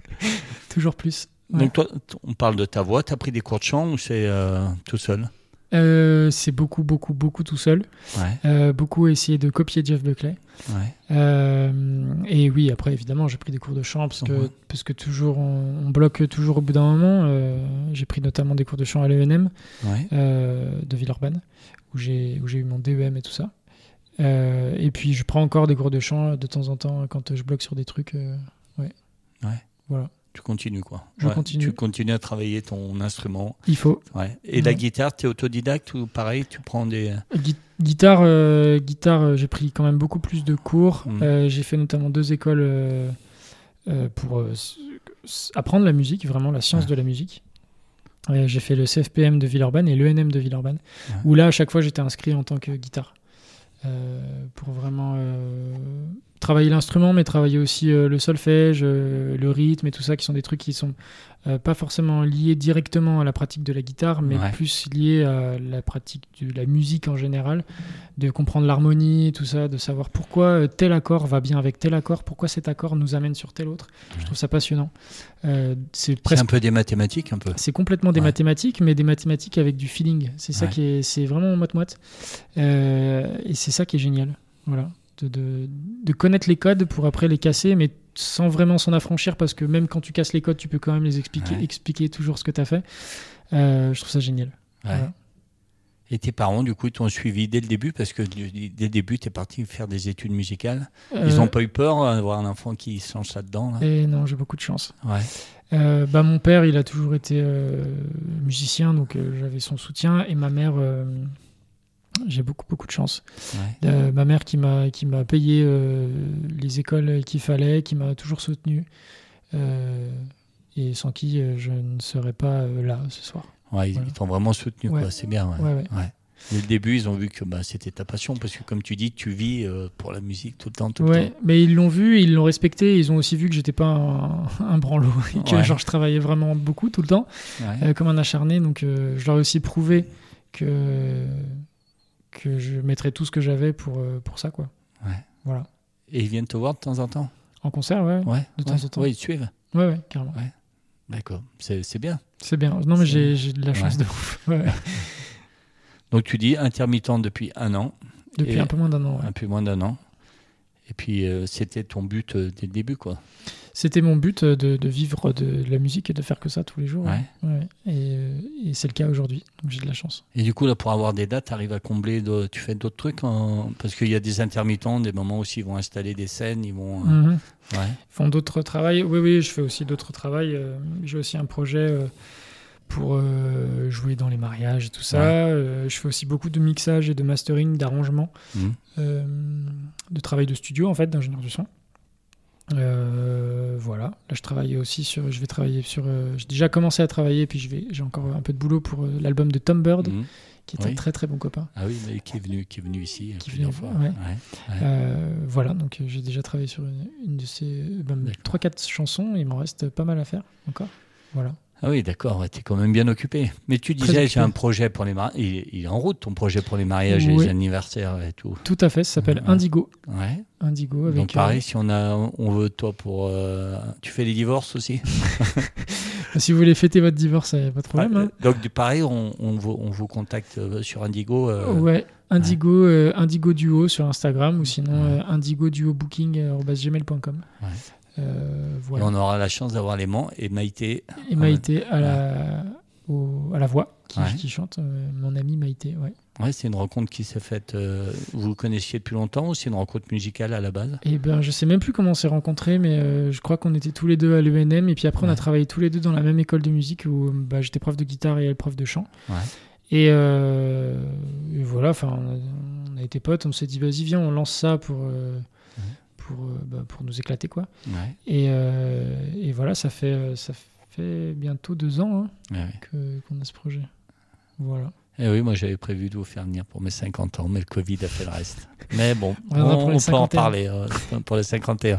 Speaker 2: Toujours plus. Ouais.
Speaker 1: Donc toi, on parle de ta voix, tu as pris des cours de chant ou c'est tout seul?
Speaker 2: C'est beaucoup tout seul.
Speaker 1: Ouais.
Speaker 2: Beaucoup essayer de copier Jeff Buckley.
Speaker 1: Ouais.
Speaker 2: Et oui, après, évidemment, j'ai pris des cours de chant parce que toujours, on bloque toujours au bout d'un moment. J'ai pris notamment des cours de chant à l'ENM de Villeurbanne, où j'ai eu mon DEM et tout ça. Et puis, je prends encore des cours de chant de temps en temps quand je bloque sur des trucs. Ouais. Voilà.
Speaker 1: Tu continues, quoi.
Speaker 2: Je continue.
Speaker 1: Tu continues à travailler ton instrument.
Speaker 2: Il faut.
Speaker 1: Ouais. Et la guitare, tu es autodidacte ou pareil, tu prends des...
Speaker 2: Guitare, j'ai pris quand même beaucoup plus de cours. J'ai fait notamment 2 écoles pour apprendre la musique, vraiment la science de la musique. J'ai fait le CFPM de Villeurbanne et l'ENM de Villeurbanne, où là, à chaque fois, j'étais inscrit en tant que guitare. Pour vraiment travailler l'instrument, mais travailler aussi le solfège, le rythme et tout ça, qui sont des trucs qui sont pas forcément liés directement à la pratique de la guitare, mais plus liés à la pratique de la musique en général, de comprendre l'harmonie, tout ça, de savoir pourquoi tel accord va bien avec tel accord, pourquoi cet accord nous amène sur tel autre. Je trouve ça passionnant. C'est un peu
Speaker 1: des mathématiques, un peu.
Speaker 2: C'est complètement des mathématiques, mais des mathématiques avec du feeling. C'est ça c'est vraiment moite-moite. Et c'est ça qui est génial. Voilà. De connaître les codes pour après les casser, mais sans vraiment s'en affranchir, parce que même quand tu casses les codes, tu peux quand même les expliquer toujours ce que tu as fait. Je trouve ça génial. Voilà.
Speaker 1: Et tes parents, du coup, ils t'ont suivi dès le début, parce que dès le début, tu es parti faire des études musicales. Ils n'ont pas eu peur d'avoir un enfant qui se lance là-dedans là.
Speaker 2: Et non, j'ai beaucoup de chance.
Speaker 1: Ouais.
Speaker 2: Mon père, il a toujours été musicien, donc j'avais son soutien, et ma mère... j'ai beaucoup de chance. Ma mère qui m'a payé les écoles qu'il fallait, qui m'a toujours soutenu, et sans qui je ne serais pas là ce soir.
Speaker 1: Ils t'ont vraiment soutenu, quoi. C'est bien.
Speaker 2: Ouais.
Speaker 1: Dès le début, ils ont vu que c'était ta passion, parce que comme tu dis, tu vis pour la musique tout le temps.
Speaker 2: Mais ils l'ont vu, ils l'ont respecté, ils ont aussi vu que j'étais pas un branlot, et que je travaillais vraiment beaucoup tout le temps, comme un acharné. Donc je leur ai aussi prouvé que je mettrais tout ce que j'avais pour ça, quoi. Voilà.
Speaker 1: Et ils viennent te voir de temps en temps?
Speaker 2: En concert, de temps en temps.
Speaker 1: Ils te suivent?
Speaker 2: Ouais, carrément.
Speaker 1: Ouais. D'accord, c'est bien.
Speaker 2: C'est bien. Non, mais j'ai de la chance de ouf.
Speaker 1: Donc tu dis intermittent depuis 1 an.
Speaker 2: Depuis un peu moins d'1 an.
Speaker 1: Un peu moins d'1 an. Et puis c'était ton but dès le début, quoi.
Speaker 2: C'était mon but de vivre de la musique et de faire que ça tous les jours. Et c'est le cas aujourd'hui, donc j'ai de la chance.
Speaker 1: Et du coup, là, pour avoir des dates, tu arrives à combler, tu fais d'autres trucs parce qu'il y a des intermittents, des moments où ils vont installer des scènes, ils vont...
Speaker 2: Ils font d'autres travails. Oui, je fais aussi d'autres travails. J'ai aussi un projet pour jouer dans les mariages et tout ça. Je fais aussi beaucoup de mixage et de mastering, d'arrangement, de travail de studio, en fait, d'ingénieur du son. Voilà, là je travaille aussi je vais travailler sur j'ai déjà commencé à travailler, puis j'ai encore un peu de boulot pour l'album de Tom Bird, qui est un très très bon copain.
Speaker 1: Ah oui, mais qui est venu ici
Speaker 2: plusieurs fois. Voilà, donc j'ai déjà travaillé sur une de ces 3-4 chansons, il m'en reste pas mal à faire encore. Voilà.
Speaker 1: Ah oui, d'accord, tu es quand même bien occupé. Mais tu disais, j'ai un projet pour les mariages. Il est en route, ton projet pour les mariages et les anniversaires et tout.
Speaker 2: Tout à fait, ça s'appelle Indigo.
Speaker 1: Indigo. Avec, donc pareil, si on veut toi pour... tu fais les divorces aussi?
Speaker 2: Si vous voulez fêter votre divorce, il n'y a pas de problème.
Speaker 1: Donc pareil, on vous contacte sur Indigo.
Speaker 2: Indigo, Indigo Duo sur Instagram, ou sinon indigoduobooking@gmail.com.
Speaker 1: Voilà. Et on aura la chance d'avoir Léman et Maïté.
Speaker 2: Et Maïté à la voix qui chante, mon amie Maïté.
Speaker 1: C'est une rencontre qui s'est faite. Vous vous connaissiez depuis longtemps, ou c'est une rencontre musicale à la base?
Speaker 2: Je sais même plus comment on s'est rencontrés, mais je crois qu'on était tous les deux à l'ENM, et puis après on a travaillé tous les deux dans la même école de musique où j'étais prof de guitare et elle prof de chant. Et voilà, on a été potes, on s'est dit vas-y viens, on lance ça pour nous éclater, quoi. Et voilà, ça fait bientôt 2 ans qu'on a ce projet. Voilà.
Speaker 1: Et oui, moi j'avais prévu de vous faire venir pour mes 50 ans, mais le Covid a fait le reste. Mais bon, on peut en parler pour les 51.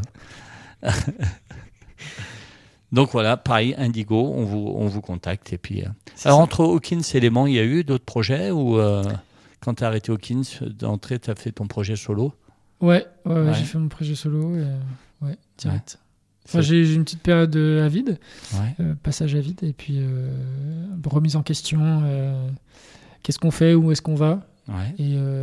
Speaker 1: Donc voilà, pareil, Indigo, on vous contacte. Et puis, alors entre Hawkins et Léman, il y a eu d'autres projets, ou quand tu as arrêté Hawkins, d'entrée, tu as fait ton projet solo?
Speaker 2: Ouais, j'ai fait mon projet solo, direct. J'ai eu une petite période à vide, passage à vide, et puis remise en question, qu'est-ce qu'on fait, où est-ce qu'on va.
Speaker 1: Ouais.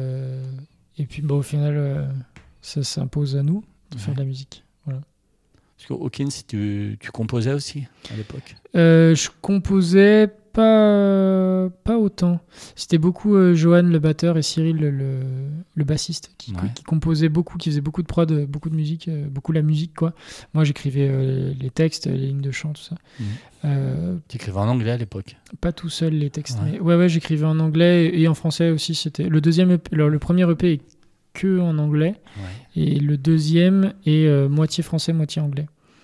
Speaker 2: Et puis au final, ça s'impose à nous de faire de la musique. Voilà.
Speaker 1: Parce que Hawkins, tu composais aussi à l'époque?
Speaker 2: Je composais pas autant. C'était beaucoup Johan le batteur et Cyril le bassiste qui composait beaucoup, qui faisait beaucoup de prod, beaucoup de musique, beaucoup la musique quoi. Moi j'écrivais les textes, les lignes de chant, tout ça.
Speaker 1: Tu écrivais en anglais à l'époque? Pas
Speaker 2: tout seul les textes, mais ouais j'écrivais en anglais et en français aussi. C'était le deuxième EP, le premier EP est que en anglais et le deuxième est moitié français, moitié anglais.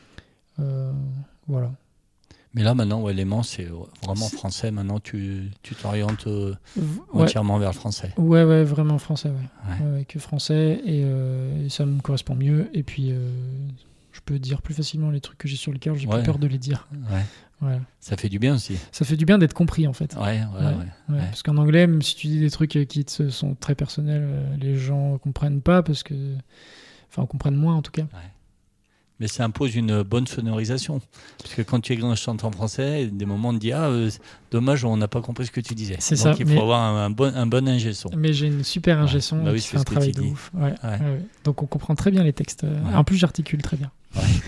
Speaker 2: Voilà.
Speaker 1: Mais là, maintenant, Léman, c'est vraiment français. Maintenant, tu t'orientes entièrement vers le français.
Speaker 2: Ouais, vraiment français, que français. Et ça me correspond mieux. Et puis, je peux dire plus facilement les trucs que j'ai sur le cœur. J'ai plus peur de les dire. Voilà.
Speaker 1: Ça fait du bien aussi.
Speaker 2: Ça fait du bien d'être compris, en fait.
Speaker 1: Ouais.
Speaker 2: Parce qu'en anglais, même si tu dis des trucs qui sont très personnels, les gens comprennent pas parce que... Enfin, comprennent moins, en tout cas. Ouais.
Speaker 1: Mais ça impose une bonne sonorisation. Parce que quand tu chantes en français, des moments on te dit dommage, on n'a pas compris ce que tu disais.
Speaker 2: C'est
Speaker 1: donc
Speaker 2: ça,
Speaker 1: il faut avoir un bon ingé son.
Speaker 2: Mais j'ai une super ingé son qui fait un travail de ouf. Ouais. Donc on comprend très bien les textes. En plus, j'articule très bien.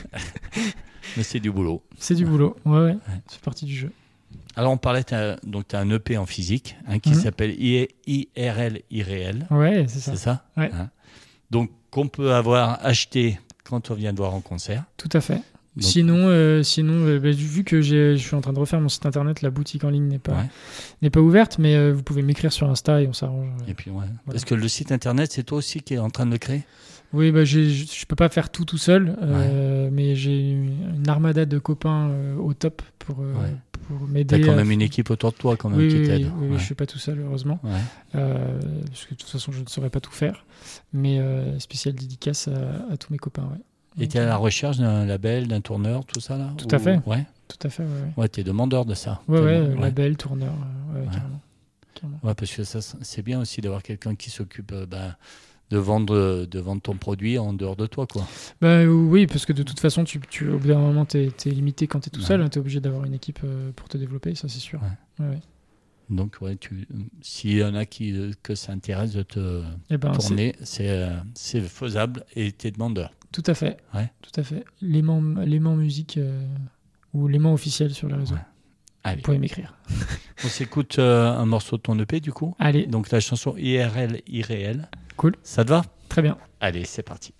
Speaker 1: Mais c'est du boulot.
Speaker 2: C'est du boulot, ouais. C'est partie du jeu.
Speaker 1: Alors on parlait, tu as un EP en physique qui s'appelle IRL Irréel.
Speaker 2: Ouais, c'est ça.
Speaker 1: C'est ça
Speaker 2: ouais.
Speaker 1: Donc qu'on peut avoir acheté quand on vient de voir en concert.
Speaker 2: Tout à fait. Donc, sinon vu que je suis en train de refaire mon site internet, la boutique en ligne n'est pas ouverte, mais vous pouvez m'écrire sur Insta et on s'arrange.
Speaker 1: Et puis voilà. Parce que le site internet, c'est toi aussi qui es en train de le créer?
Speaker 2: Oui, je peux pas faire tout seul, mais j'ai une armada de copains au top pour m'aider.
Speaker 1: T'as quand même une équipe autour de toi quand même qui t'aide.
Speaker 2: Oui, je suis pas tout seul heureusement, parce que de toute façon je ne saurais pas tout faire. Mais spécial dédicace à tous mes copains.
Speaker 1: Et tu es à la recherche d'un label, d'un tourneur, tout ça là?
Speaker 2: Tout à fait.
Speaker 1: Ouais.
Speaker 2: Tout à fait.
Speaker 1: Ouais, t'es demandeur de ça.
Speaker 2: Label, tourneur, carrément.
Speaker 1: Ouais, parce que ça, c'est bien aussi d'avoir quelqu'un qui s'occupe de vendre ton produit en dehors de toi, quoi.
Speaker 2: Oui, parce que de toute façon, au bout d'un moment, t'es limité quand t'es tout seul. T'es obligé d'avoir une équipe pour te développer, ça c'est sûr. Ouais.
Speaker 1: Donc, s'il y en a que ça intéresse de te tourner, c'est faisable et t'es demandeur.
Speaker 2: Tout à fait. Tout à fait. L'aimant musique ou l'aimant officiel sur les réseaux. Vous pouvez m'écrire.
Speaker 1: On s'écoute un morceau de ton EP, du coup.
Speaker 2: Allez.
Speaker 1: Donc, la chanson IRL Irréel.
Speaker 2: Cool.
Speaker 1: Ça te va?
Speaker 2: Très bien.
Speaker 1: Allez, c'est parti.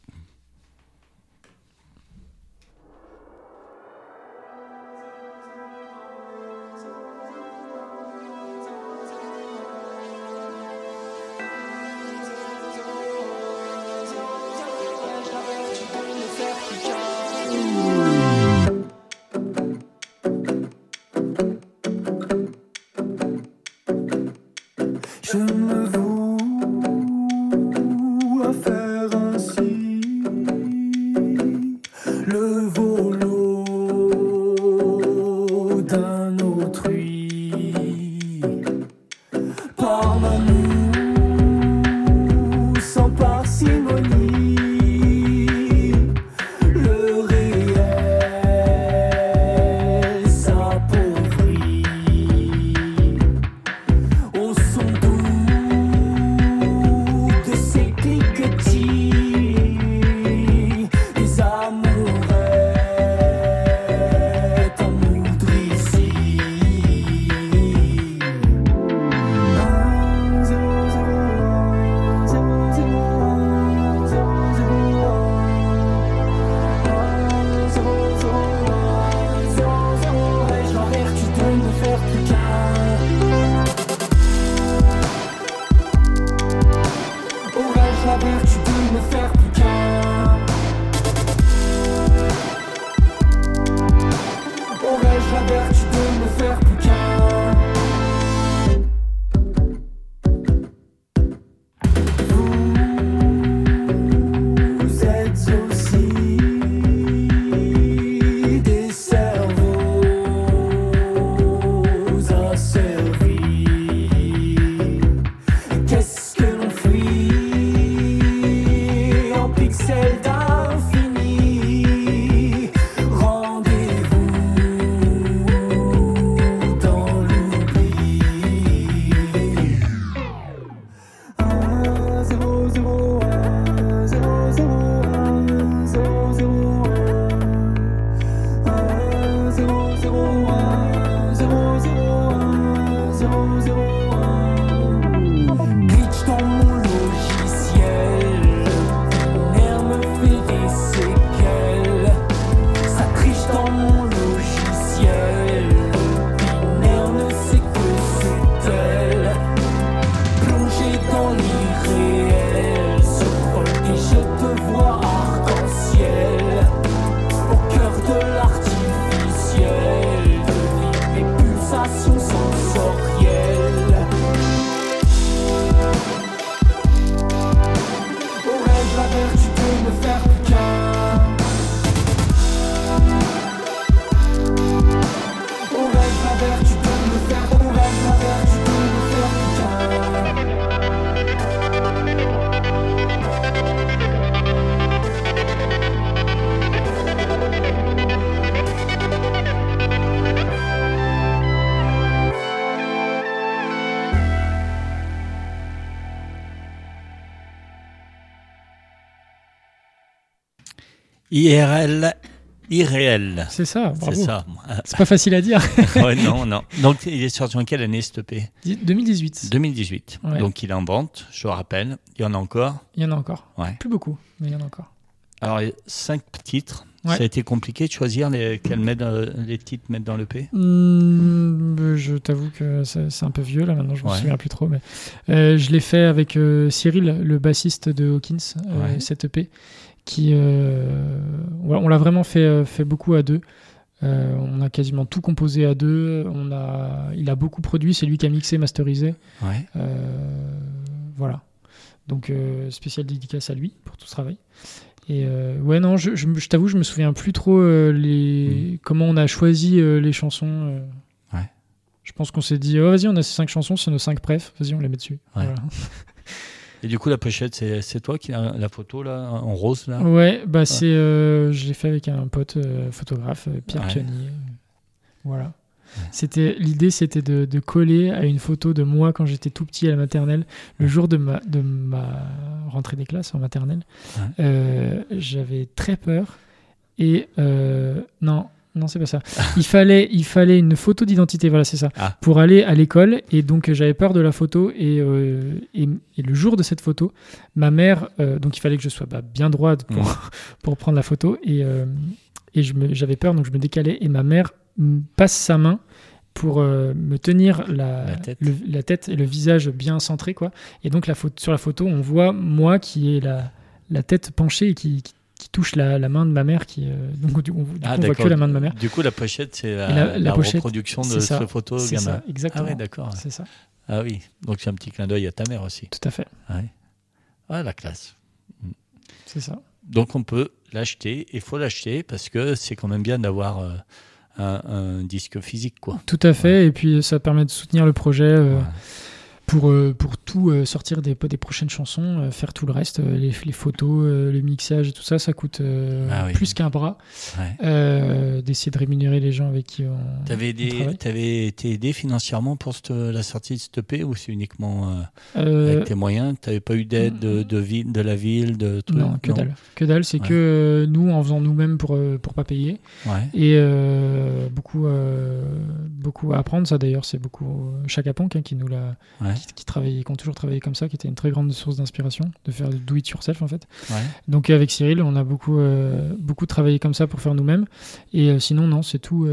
Speaker 3: Je me voue à faire ainsi.
Speaker 1: IRL, irréel.
Speaker 2: C'est ça, bravo.
Speaker 1: C'est ça.
Speaker 2: C'est pas facile à dire.
Speaker 1: Ouais, non. Donc, il est sorti en quelle année, cet EP ?
Speaker 2: 2018.
Speaker 1: 2018.
Speaker 2: Ouais.
Speaker 1: Donc, il est en vente, je le rappelle. Il y en a encore ?
Speaker 2: Il y en a encore.
Speaker 1: Ouais.
Speaker 2: Plus beaucoup, mais il y en a encore.
Speaker 1: Alors, 5 titres.
Speaker 2: Ouais.
Speaker 1: Ça a été compliqué de choisir les titres mettre dans l'EP ?
Speaker 2: Je t'avoue que c'est un peu vieux, là, maintenant, je me souviens plus trop. Mais je l'ai fait avec Cyril, le bassiste de Hawkins, cette EP, qui... on l'a vraiment fait beaucoup à deux. On a quasiment tout composé à deux. Il a beaucoup produit, c'est lui qui a mixé, masterisé.
Speaker 1: Ouais.
Speaker 2: Voilà. Donc, spécial dédicace à lui pour tout ce travail. Et non, je t'avoue, je me souviens plus trop comment on a choisi les chansons.
Speaker 1: Ouais.
Speaker 2: Je pense qu'on s'est dit, vas-y, on a ces 5 chansons, c'est nos 5 préf, vas-y, on les met dessus.
Speaker 1: Ouais.
Speaker 2: Voilà.
Speaker 1: Et du coup, la pochette, c'est toi qui as la photo là, en rose là ?
Speaker 2: Ouais, je l'ai fait avec un pote photographe, Pierre Pionier. Voilà. Ouais. L'idée, c'était de coller à une photo de moi quand j'étais tout petit à la maternelle, le jour de ma rentrée des classes en maternelle. Ouais. J'avais très peur et non, c'est pas ça. Il fallait une photo d'identité, voilà, c'est ça, pour aller à l'école. Et donc j'avais peur de la photo et le jour de cette photo, ma mère, donc il fallait que je sois bien droite pour prendre la photo et j'avais peur, donc je me décalais et ma mère passe sa main pour me tenir la tête et le visage bien centré, quoi. Et donc sur la photo, on voit moi qui ai la tête penchée et qui touche la main de ma mère. Donc on voit que la main de ma mère.
Speaker 1: Du coup, la pochette, c'est la pochette, reproduction de cette photo gamin.
Speaker 2: C'est ça, exactement.
Speaker 1: Ah ouais, d'accord.
Speaker 2: C'est ça.
Speaker 1: Ah oui, donc c'est un petit clin d'œil à ta mère aussi.
Speaker 2: Tout à fait.
Speaker 1: Ouais. Ah, la classe.
Speaker 2: C'est ça.
Speaker 1: Donc on peut l'acheter, il faut l'acheter parce que c'est quand même bien d'avoir un disque physique, quoi.
Speaker 2: Tout à fait, et puis ça permet de soutenir le projet pour tout sortir des prochaines chansons, faire tout le reste, les photos, le mixage et tout ça, ça coûte plus qu'un bras. Ouais. D'essayer de rémunérer les gens avec qui on
Speaker 1: T'avais été aidé financièrement pour la sortie de cette EP ou c'est uniquement avec tes moyens ? T'avais pas eu d'aide de la ville, de trucs ?
Speaker 2: Non, que dalle. C'est que nous, en faisant nous-mêmes pour pas payer. Ouais. Et beaucoup à apprendre. Ça d'ailleurs, c'est beaucoup Chaka Ponk qui nous l'a... Ouais. Qui ont toujours travaillé comme ça, qui était une très grande source d'inspiration, de faire do it yourself en fait. Ouais. Donc avec Cyril, on a beaucoup travaillé comme ça pour faire nous-mêmes. Et sinon, non, c'est tout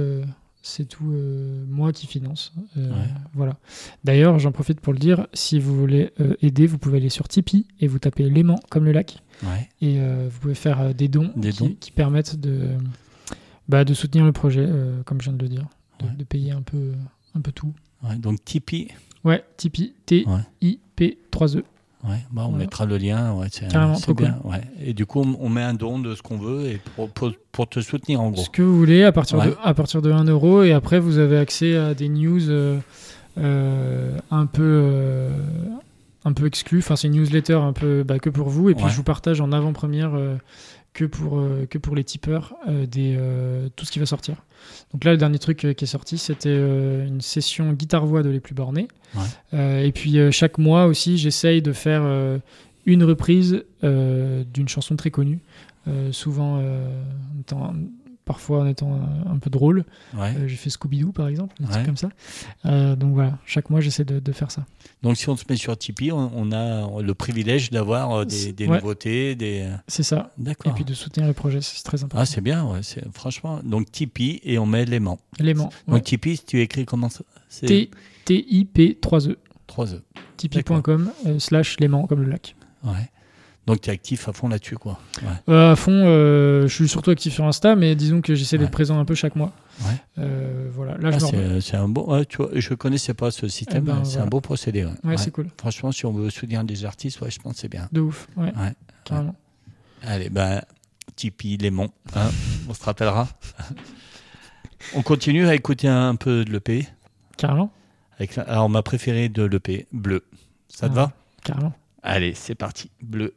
Speaker 2: moi qui finance. Voilà. D'ailleurs, j'en profite pour le dire, si vous voulez aider, vous pouvez aller sur Tipeee et vous tapez Léman comme le lac. Ouais. Et vous pouvez faire des dons qui permettent de soutenir le projet, comme je viens de le dire, de payer un peu tout.
Speaker 1: Ouais, donc Tipeee.
Speaker 2: Ouais, Tipeee, T-I-P 3 E.
Speaker 1: Ouais, on mettra le lien. C'est
Speaker 2: carrément, trop
Speaker 1: bien.
Speaker 2: Cool.
Speaker 1: Ouais. Et du coup, on met un don de ce qu'on veut et pour te soutenir en gros.
Speaker 2: Ce que vous voulez à partir de 1 euro et après vous avez accès à des news un peu exclus. Enfin, c'est une newsletter un peu que pour vous et puis je vous partage en avant-première que pour les tipeurs tout ce qui va sortir. Donc là, le dernier truc qui est sorti, c'était une session guitare-voix de Les Plus Bornés. Ouais. Et puis chaque mois aussi, j'essaye de faire une reprise d'une chanson très connue, souvent parfois en étant un peu drôle. Ouais. J'ai fait Scooby-Doo par exemple, des trucs comme ça. Donc voilà, chaque mois j'essaie de faire ça.
Speaker 1: Donc si on se met sur Tipeee, on a le privilège d'avoir des nouveautés.
Speaker 2: C'est ça. D'accord. Et puis de soutenir le projet, c'est très important.
Speaker 1: Ah c'est bien, franchement. Donc Tipeee et on met Léman.
Speaker 2: Léman.
Speaker 1: Donc Tipeee, tu écris comment ça ?
Speaker 2: T-I-P 3 E.
Speaker 1: 3 E.
Speaker 2: Tipeee.com /Léman comme le lac.
Speaker 1: Ouais. Donc tu es actif à fond là-dessus, quoi.
Speaker 2: Ouais. À fond, je suis surtout actif sur Insta, mais disons que j'essaie d'être présent un peu chaque mois. Ouais. Voilà. Là,
Speaker 1: c'est un bon. Tu vois, je connaissais pas ce système. C'est un beau procédé.
Speaker 2: Ouais, c'est cool.
Speaker 1: Franchement, si on veut soutenir des artistes, je pense que c'est bien.
Speaker 2: De ouf. Ouais. Carrément.
Speaker 1: Allez, Tipeee, Léman, on se rappellera. On continue à écouter un peu de l'EP.
Speaker 2: Carrément.
Speaker 1: Alors ma préférée de l'EP, Bleu. Ça te va ?
Speaker 2: Carrément.
Speaker 1: Allez, c'est parti. Bleu.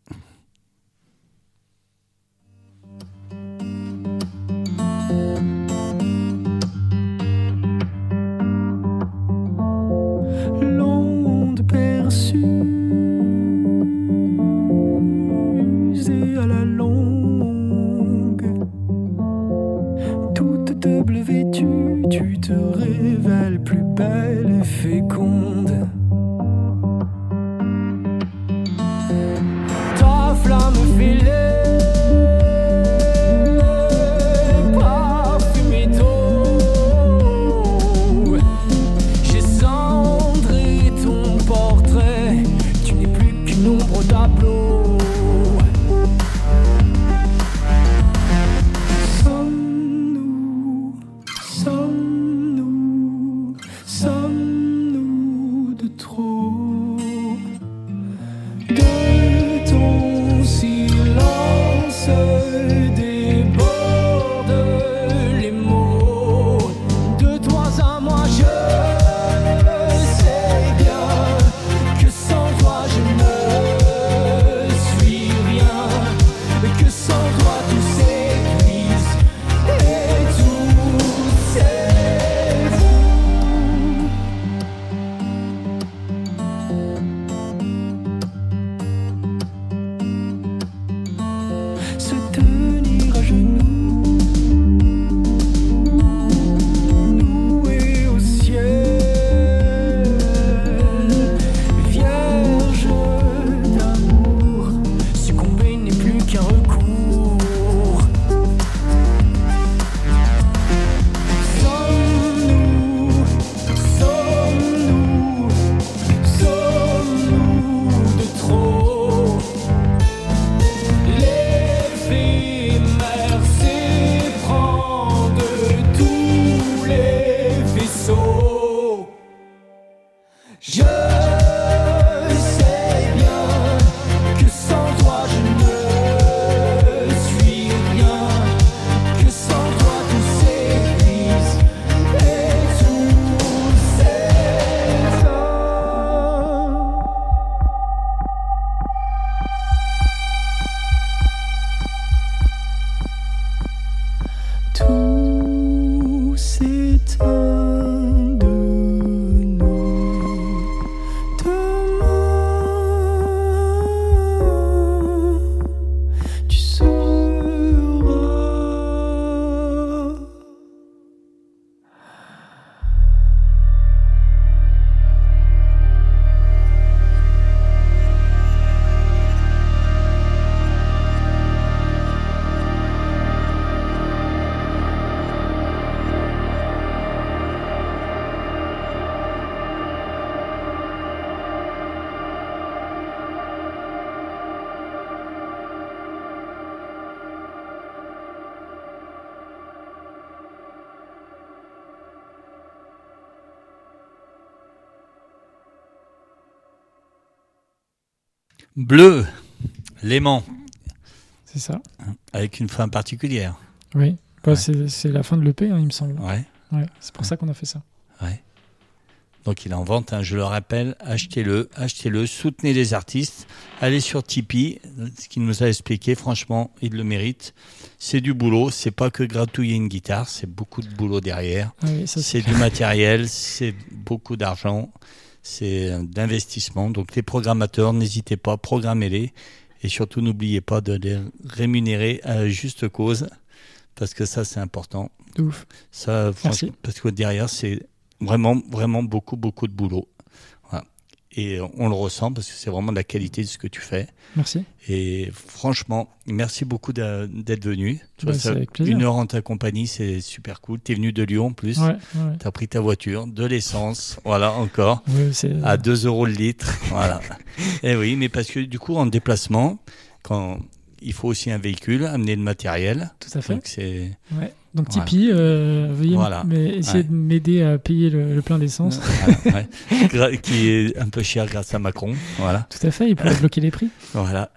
Speaker 3: L'onde perçue et à la longue de bleu vêtu, tu te révèles plus belle et féconde. Ta flamme fêlée
Speaker 1: Bleu, l'aimant.
Speaker 2: C'est ça.
Speaker 1: Avec une fin particulière.
Speaker 2: Oui, bah, ouais. C'est la fin de l'EP, il me semble.
Speaker 1: Ouais.
Speaker 2: C'est pour ça qu'on a fait ça.
Speaker 1: Ouais. Donc il est en vente, je le rappelle, achetez-le, soutenez les artistes, allez sur Tipeee, ce qu'il nous a expliqué, franchement, il le mérite. C'est du boulot, c'est pas que gratouiller une guitare, c'est beaucoup de boulot derrière.
Speaker 2: Oui, ça,
Speaker 1: c'est du matériel, c'est beaucoup d'argent. C'est d'investissement. Donc les programmateurs, n'hésitez pas, programmez-les. Et surtout, n'oubliez pas de les rémunérer à juste cause. Parce que ça, c'est important.
Speaker 2: De ouf.
Speaker 1: Ça, parce que derrière, c'est vraiment, vraiment beaucoup, beaucoup de boulot. Voilà. Et on le ressent parce que c'est vraiment de la qualité de ce que tu fais.
Speaker 2: Merci.
Speaker 1: Et franchement, merci beaucoup d'être venu.
Speaker 2: C'est avec plaisir.
Speaker 1: 1 heure en ta compagnie, c'est super cool. Tu es venu de Lyon en plus.
Speaker 2: Ouais.
Speaker 1: Tu as pris ta voiture, de l'essence, voilà, encore,
Speaker 2: à
Speaker 1: 2 € le litre. Voilà. Et oui, mais parce que du coup, en déplacement, quand il faut aussi un véhicule, amener le matériel.
Speaker 2: Tout à fait.
Speaker 1: Donc, c'est...
Speaker 2: Ouais. Donc Tipeee, veuillez essayer de m'aider à payer le plein d'essence.
Speaker 1: Voilà, qui est un peu cher grâce à Macron. Voilà.
Speaker 2: Tout à fait, il pourrait bloquer les prix.
Speaker 1: Voilà.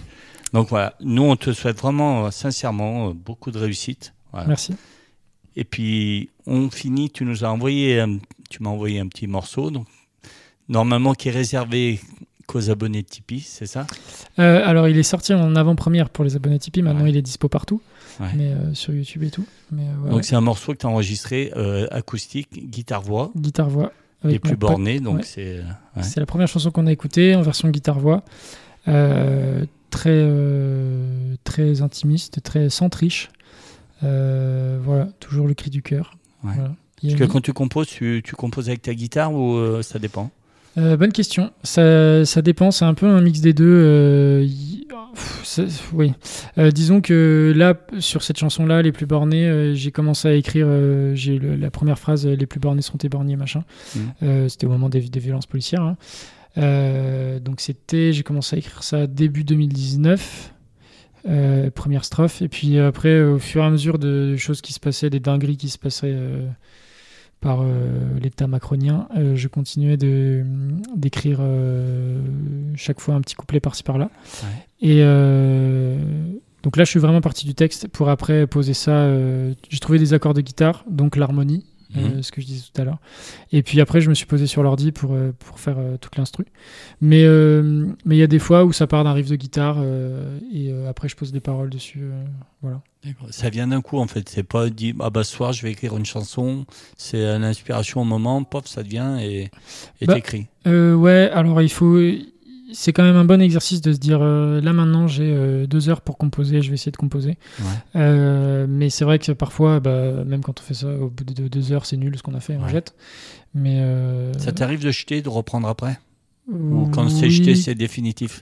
Speaker 1: Donc voilà, nous on te souhaite vraiment, sincèrement, beaucoup de réussite. Voilà.
Speaker 2: Merci.
Speaker 1: Et puis on finit, tu m'as envoyé un petit morceau, donc, normalement qui est réservé qu'aux abonnés de Tipeee, c'est ça ?
Speaker 2: Alors il est sorti en avant-première pour les abonnés Tipeee, maintenant il est dispo partout. Ouais. Mais sur YouTube et tout. Donc
Speaker 1: c'est un morceau que tu as enregistré acoustique, guitare-voix.
Speaker 2: Guitare-voix.
Speaker 1: Et plus borné, donc c'est...
Speaker 2: C'est la première chanson qu'on a écoutée en version guitare-voix. Très intimiste, très sans triche. Voilà, toujours le cri du cœur.
Speaker 1: Ouais.
Speaker 2: Voilà.
Speaker 1: Parce que quand tu composes, tu composes avec ta guitare ou ça dépend?
Speaker 2: Bonne question. Ça dépend, c'est un peu un mix des deux. Oui. Disons que là, sur cette chanson-là, Les plus bornés, j'ai commencé à écrire. J'ai eu la première phrase, Les plus bornés sont éborgnés, machin. C'était au moment des violences policières. Hein. Donc j'ai commencé à écrire ça début 2019. Première strophe. Et puis après, au fur et à mesure de choses qui se passaient, des dingueries qui se passaient par l'État macronien, je continuais d'écrire chaque fois un petit couplet par-ci par-là. Ouais. Et donc là, je suis vraiment parti du texte pour après poser ça. J'ai trouvé des accords de guitare, donc l'harmonie, ce que je disais tout à l'heure. Et puis après, je me suis posé sur l'ordi pour faire toute l'instru. Mais il y a des fois où ça part d'un riff de guitare et après, je pose des paroles dessus. Voilà.
Speaker 1: Ça vient d'un coup en fait, c'est pas dit ce soir je vais écrire une chanson, c'est l'inspiration au moment, pof, ça devient et t'écris.
Speaker 2: Ouais, alors c'est quand même un bon exercice de se dire là maintenant j'ai 2 heures pour composer, je vais essayer de composer. Ouais. Mais c'est vrai que parfois, même quand on fait ça, au bout de 2 heures c'est nul ce qu'on a fait, on jette. Mais
Speaker 1: ça t'arrive de jeter, de reprendre après? Ou quand c'est jeté, c'est définitif?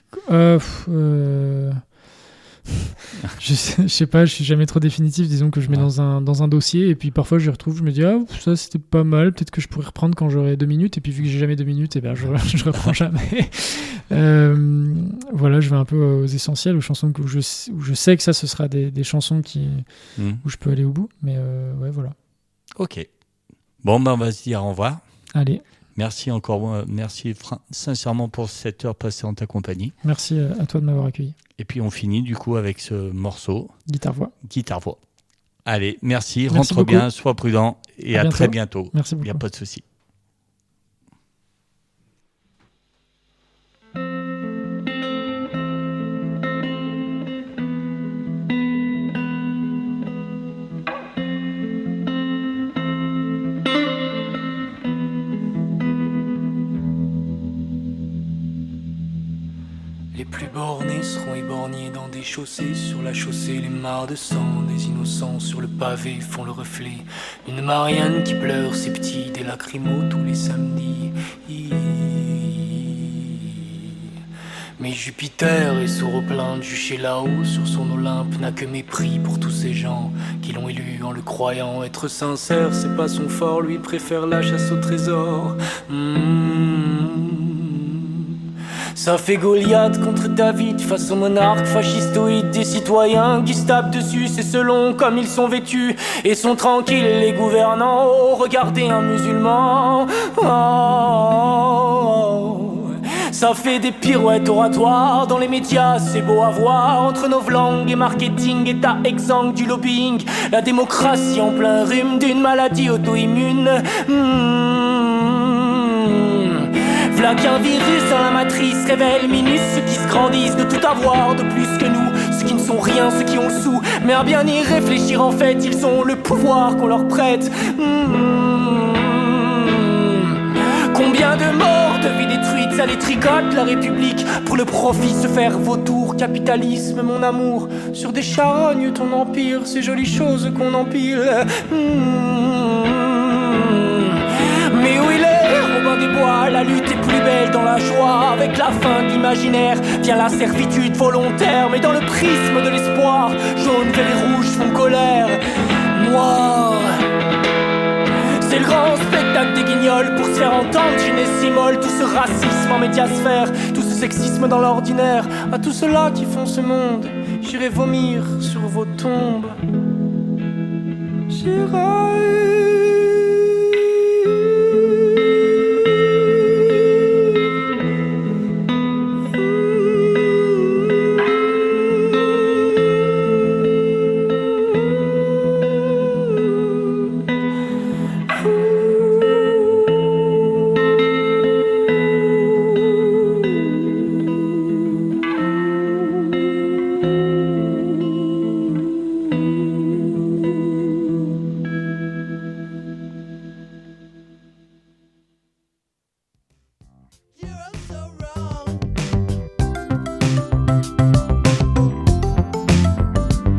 Speaker 2: Je sais pas, je suis jamais trop définitif. Disons que je mets dans un dossier et puis parfois je retrouve, je me dis ça c'était pas mal, peut-être que je pourrais reprendre quand j'aurai 2 minutes. Et puis vu que j'ai jamais 2 minutes, je reprends jamais. Voilà, je vais un peu aux essentiels, aux chansons où je sais que ça ce sera des chansons où je peux aller au bout. Mais ouais, voilà.
Speaker 1: Ok. Bon, on va se dire au revoir.
Speaker 2: Allez.
Speaker 1: Merci encore, merci sincèrement pour cette heure passée en ta compagnie.
Speaker 2: Merci à toi de m'avoir accueilli.
Speaker 1: Et puis on finit du coup avec ce morceau.
Speaker 2: Guitare-voix.
Speaker 1: Allez, merci rentre beaucoup. Bien, sois prudent et à très bientôt.
Speaker 2: Merci beaucoup.
Speaker 1: Il n'y a pas de souci.
Speaker 3: Les plus bornés seront éborgnés dans des chaussées. Sur la chaussée, les mares de sang. Des innocents sur le pavé font le reflet d'une Marianne qui pleure ses petits, des lacrymos tous les samedis. Mais Jupiter est sourd au plein de jucher là-haut. Sur son Olympe n'a que mépris pour tous ces gens qui l'ont élu en le croyant être sincère. C'est pas son fort, lui préfère la chasse au trésor. Ça fait Goliath contre David face aux monarques fascistoïdes des citoyens qui se tapent dessus, c'est selon comme ils sont vêtus et sont tranquilles les gouvernants. Oh, regardez un musulman. Ça fait des pirouettes oratoires dans les médias, c'est beau à voir. Entre nos langues et marketing, état exsangue du lobbying, la démocratie en plein rhume d'une maladie auto-immune. V'là qu'un virus dans la matrice révèle minus ceux qui se grandissent de tout avoir de plus que nous, ceux qui ne sont rien, ceux qui ont le sou. Mais à bien y réfléchir en fait, ils ont le pouvoir qu'on leur prête. Combien de morts, de vies détruites, ça les tricote la République. Pour le profit se faire vautour, capitalisme mon amour. Sur des charognes ton empire, ces jolies choses qu'on empile. Mais où il est Robin des Bois, la lutte est plus belle dans la joie. Avec la fin de l'imaginaire vient la servitude volontaire. Mais dans le prisme de l'espoir, jaune, vert et rouge font colère. Noir, c'est le grand spectacle des guignols pour se faire entendre, Ginés molle. Tout ce racisme en médiasphère, tout ce sexisme dans l'ordinaire. À tous ceux-là qui font ce monde, j'irai vomir sur vos tombes. J'irai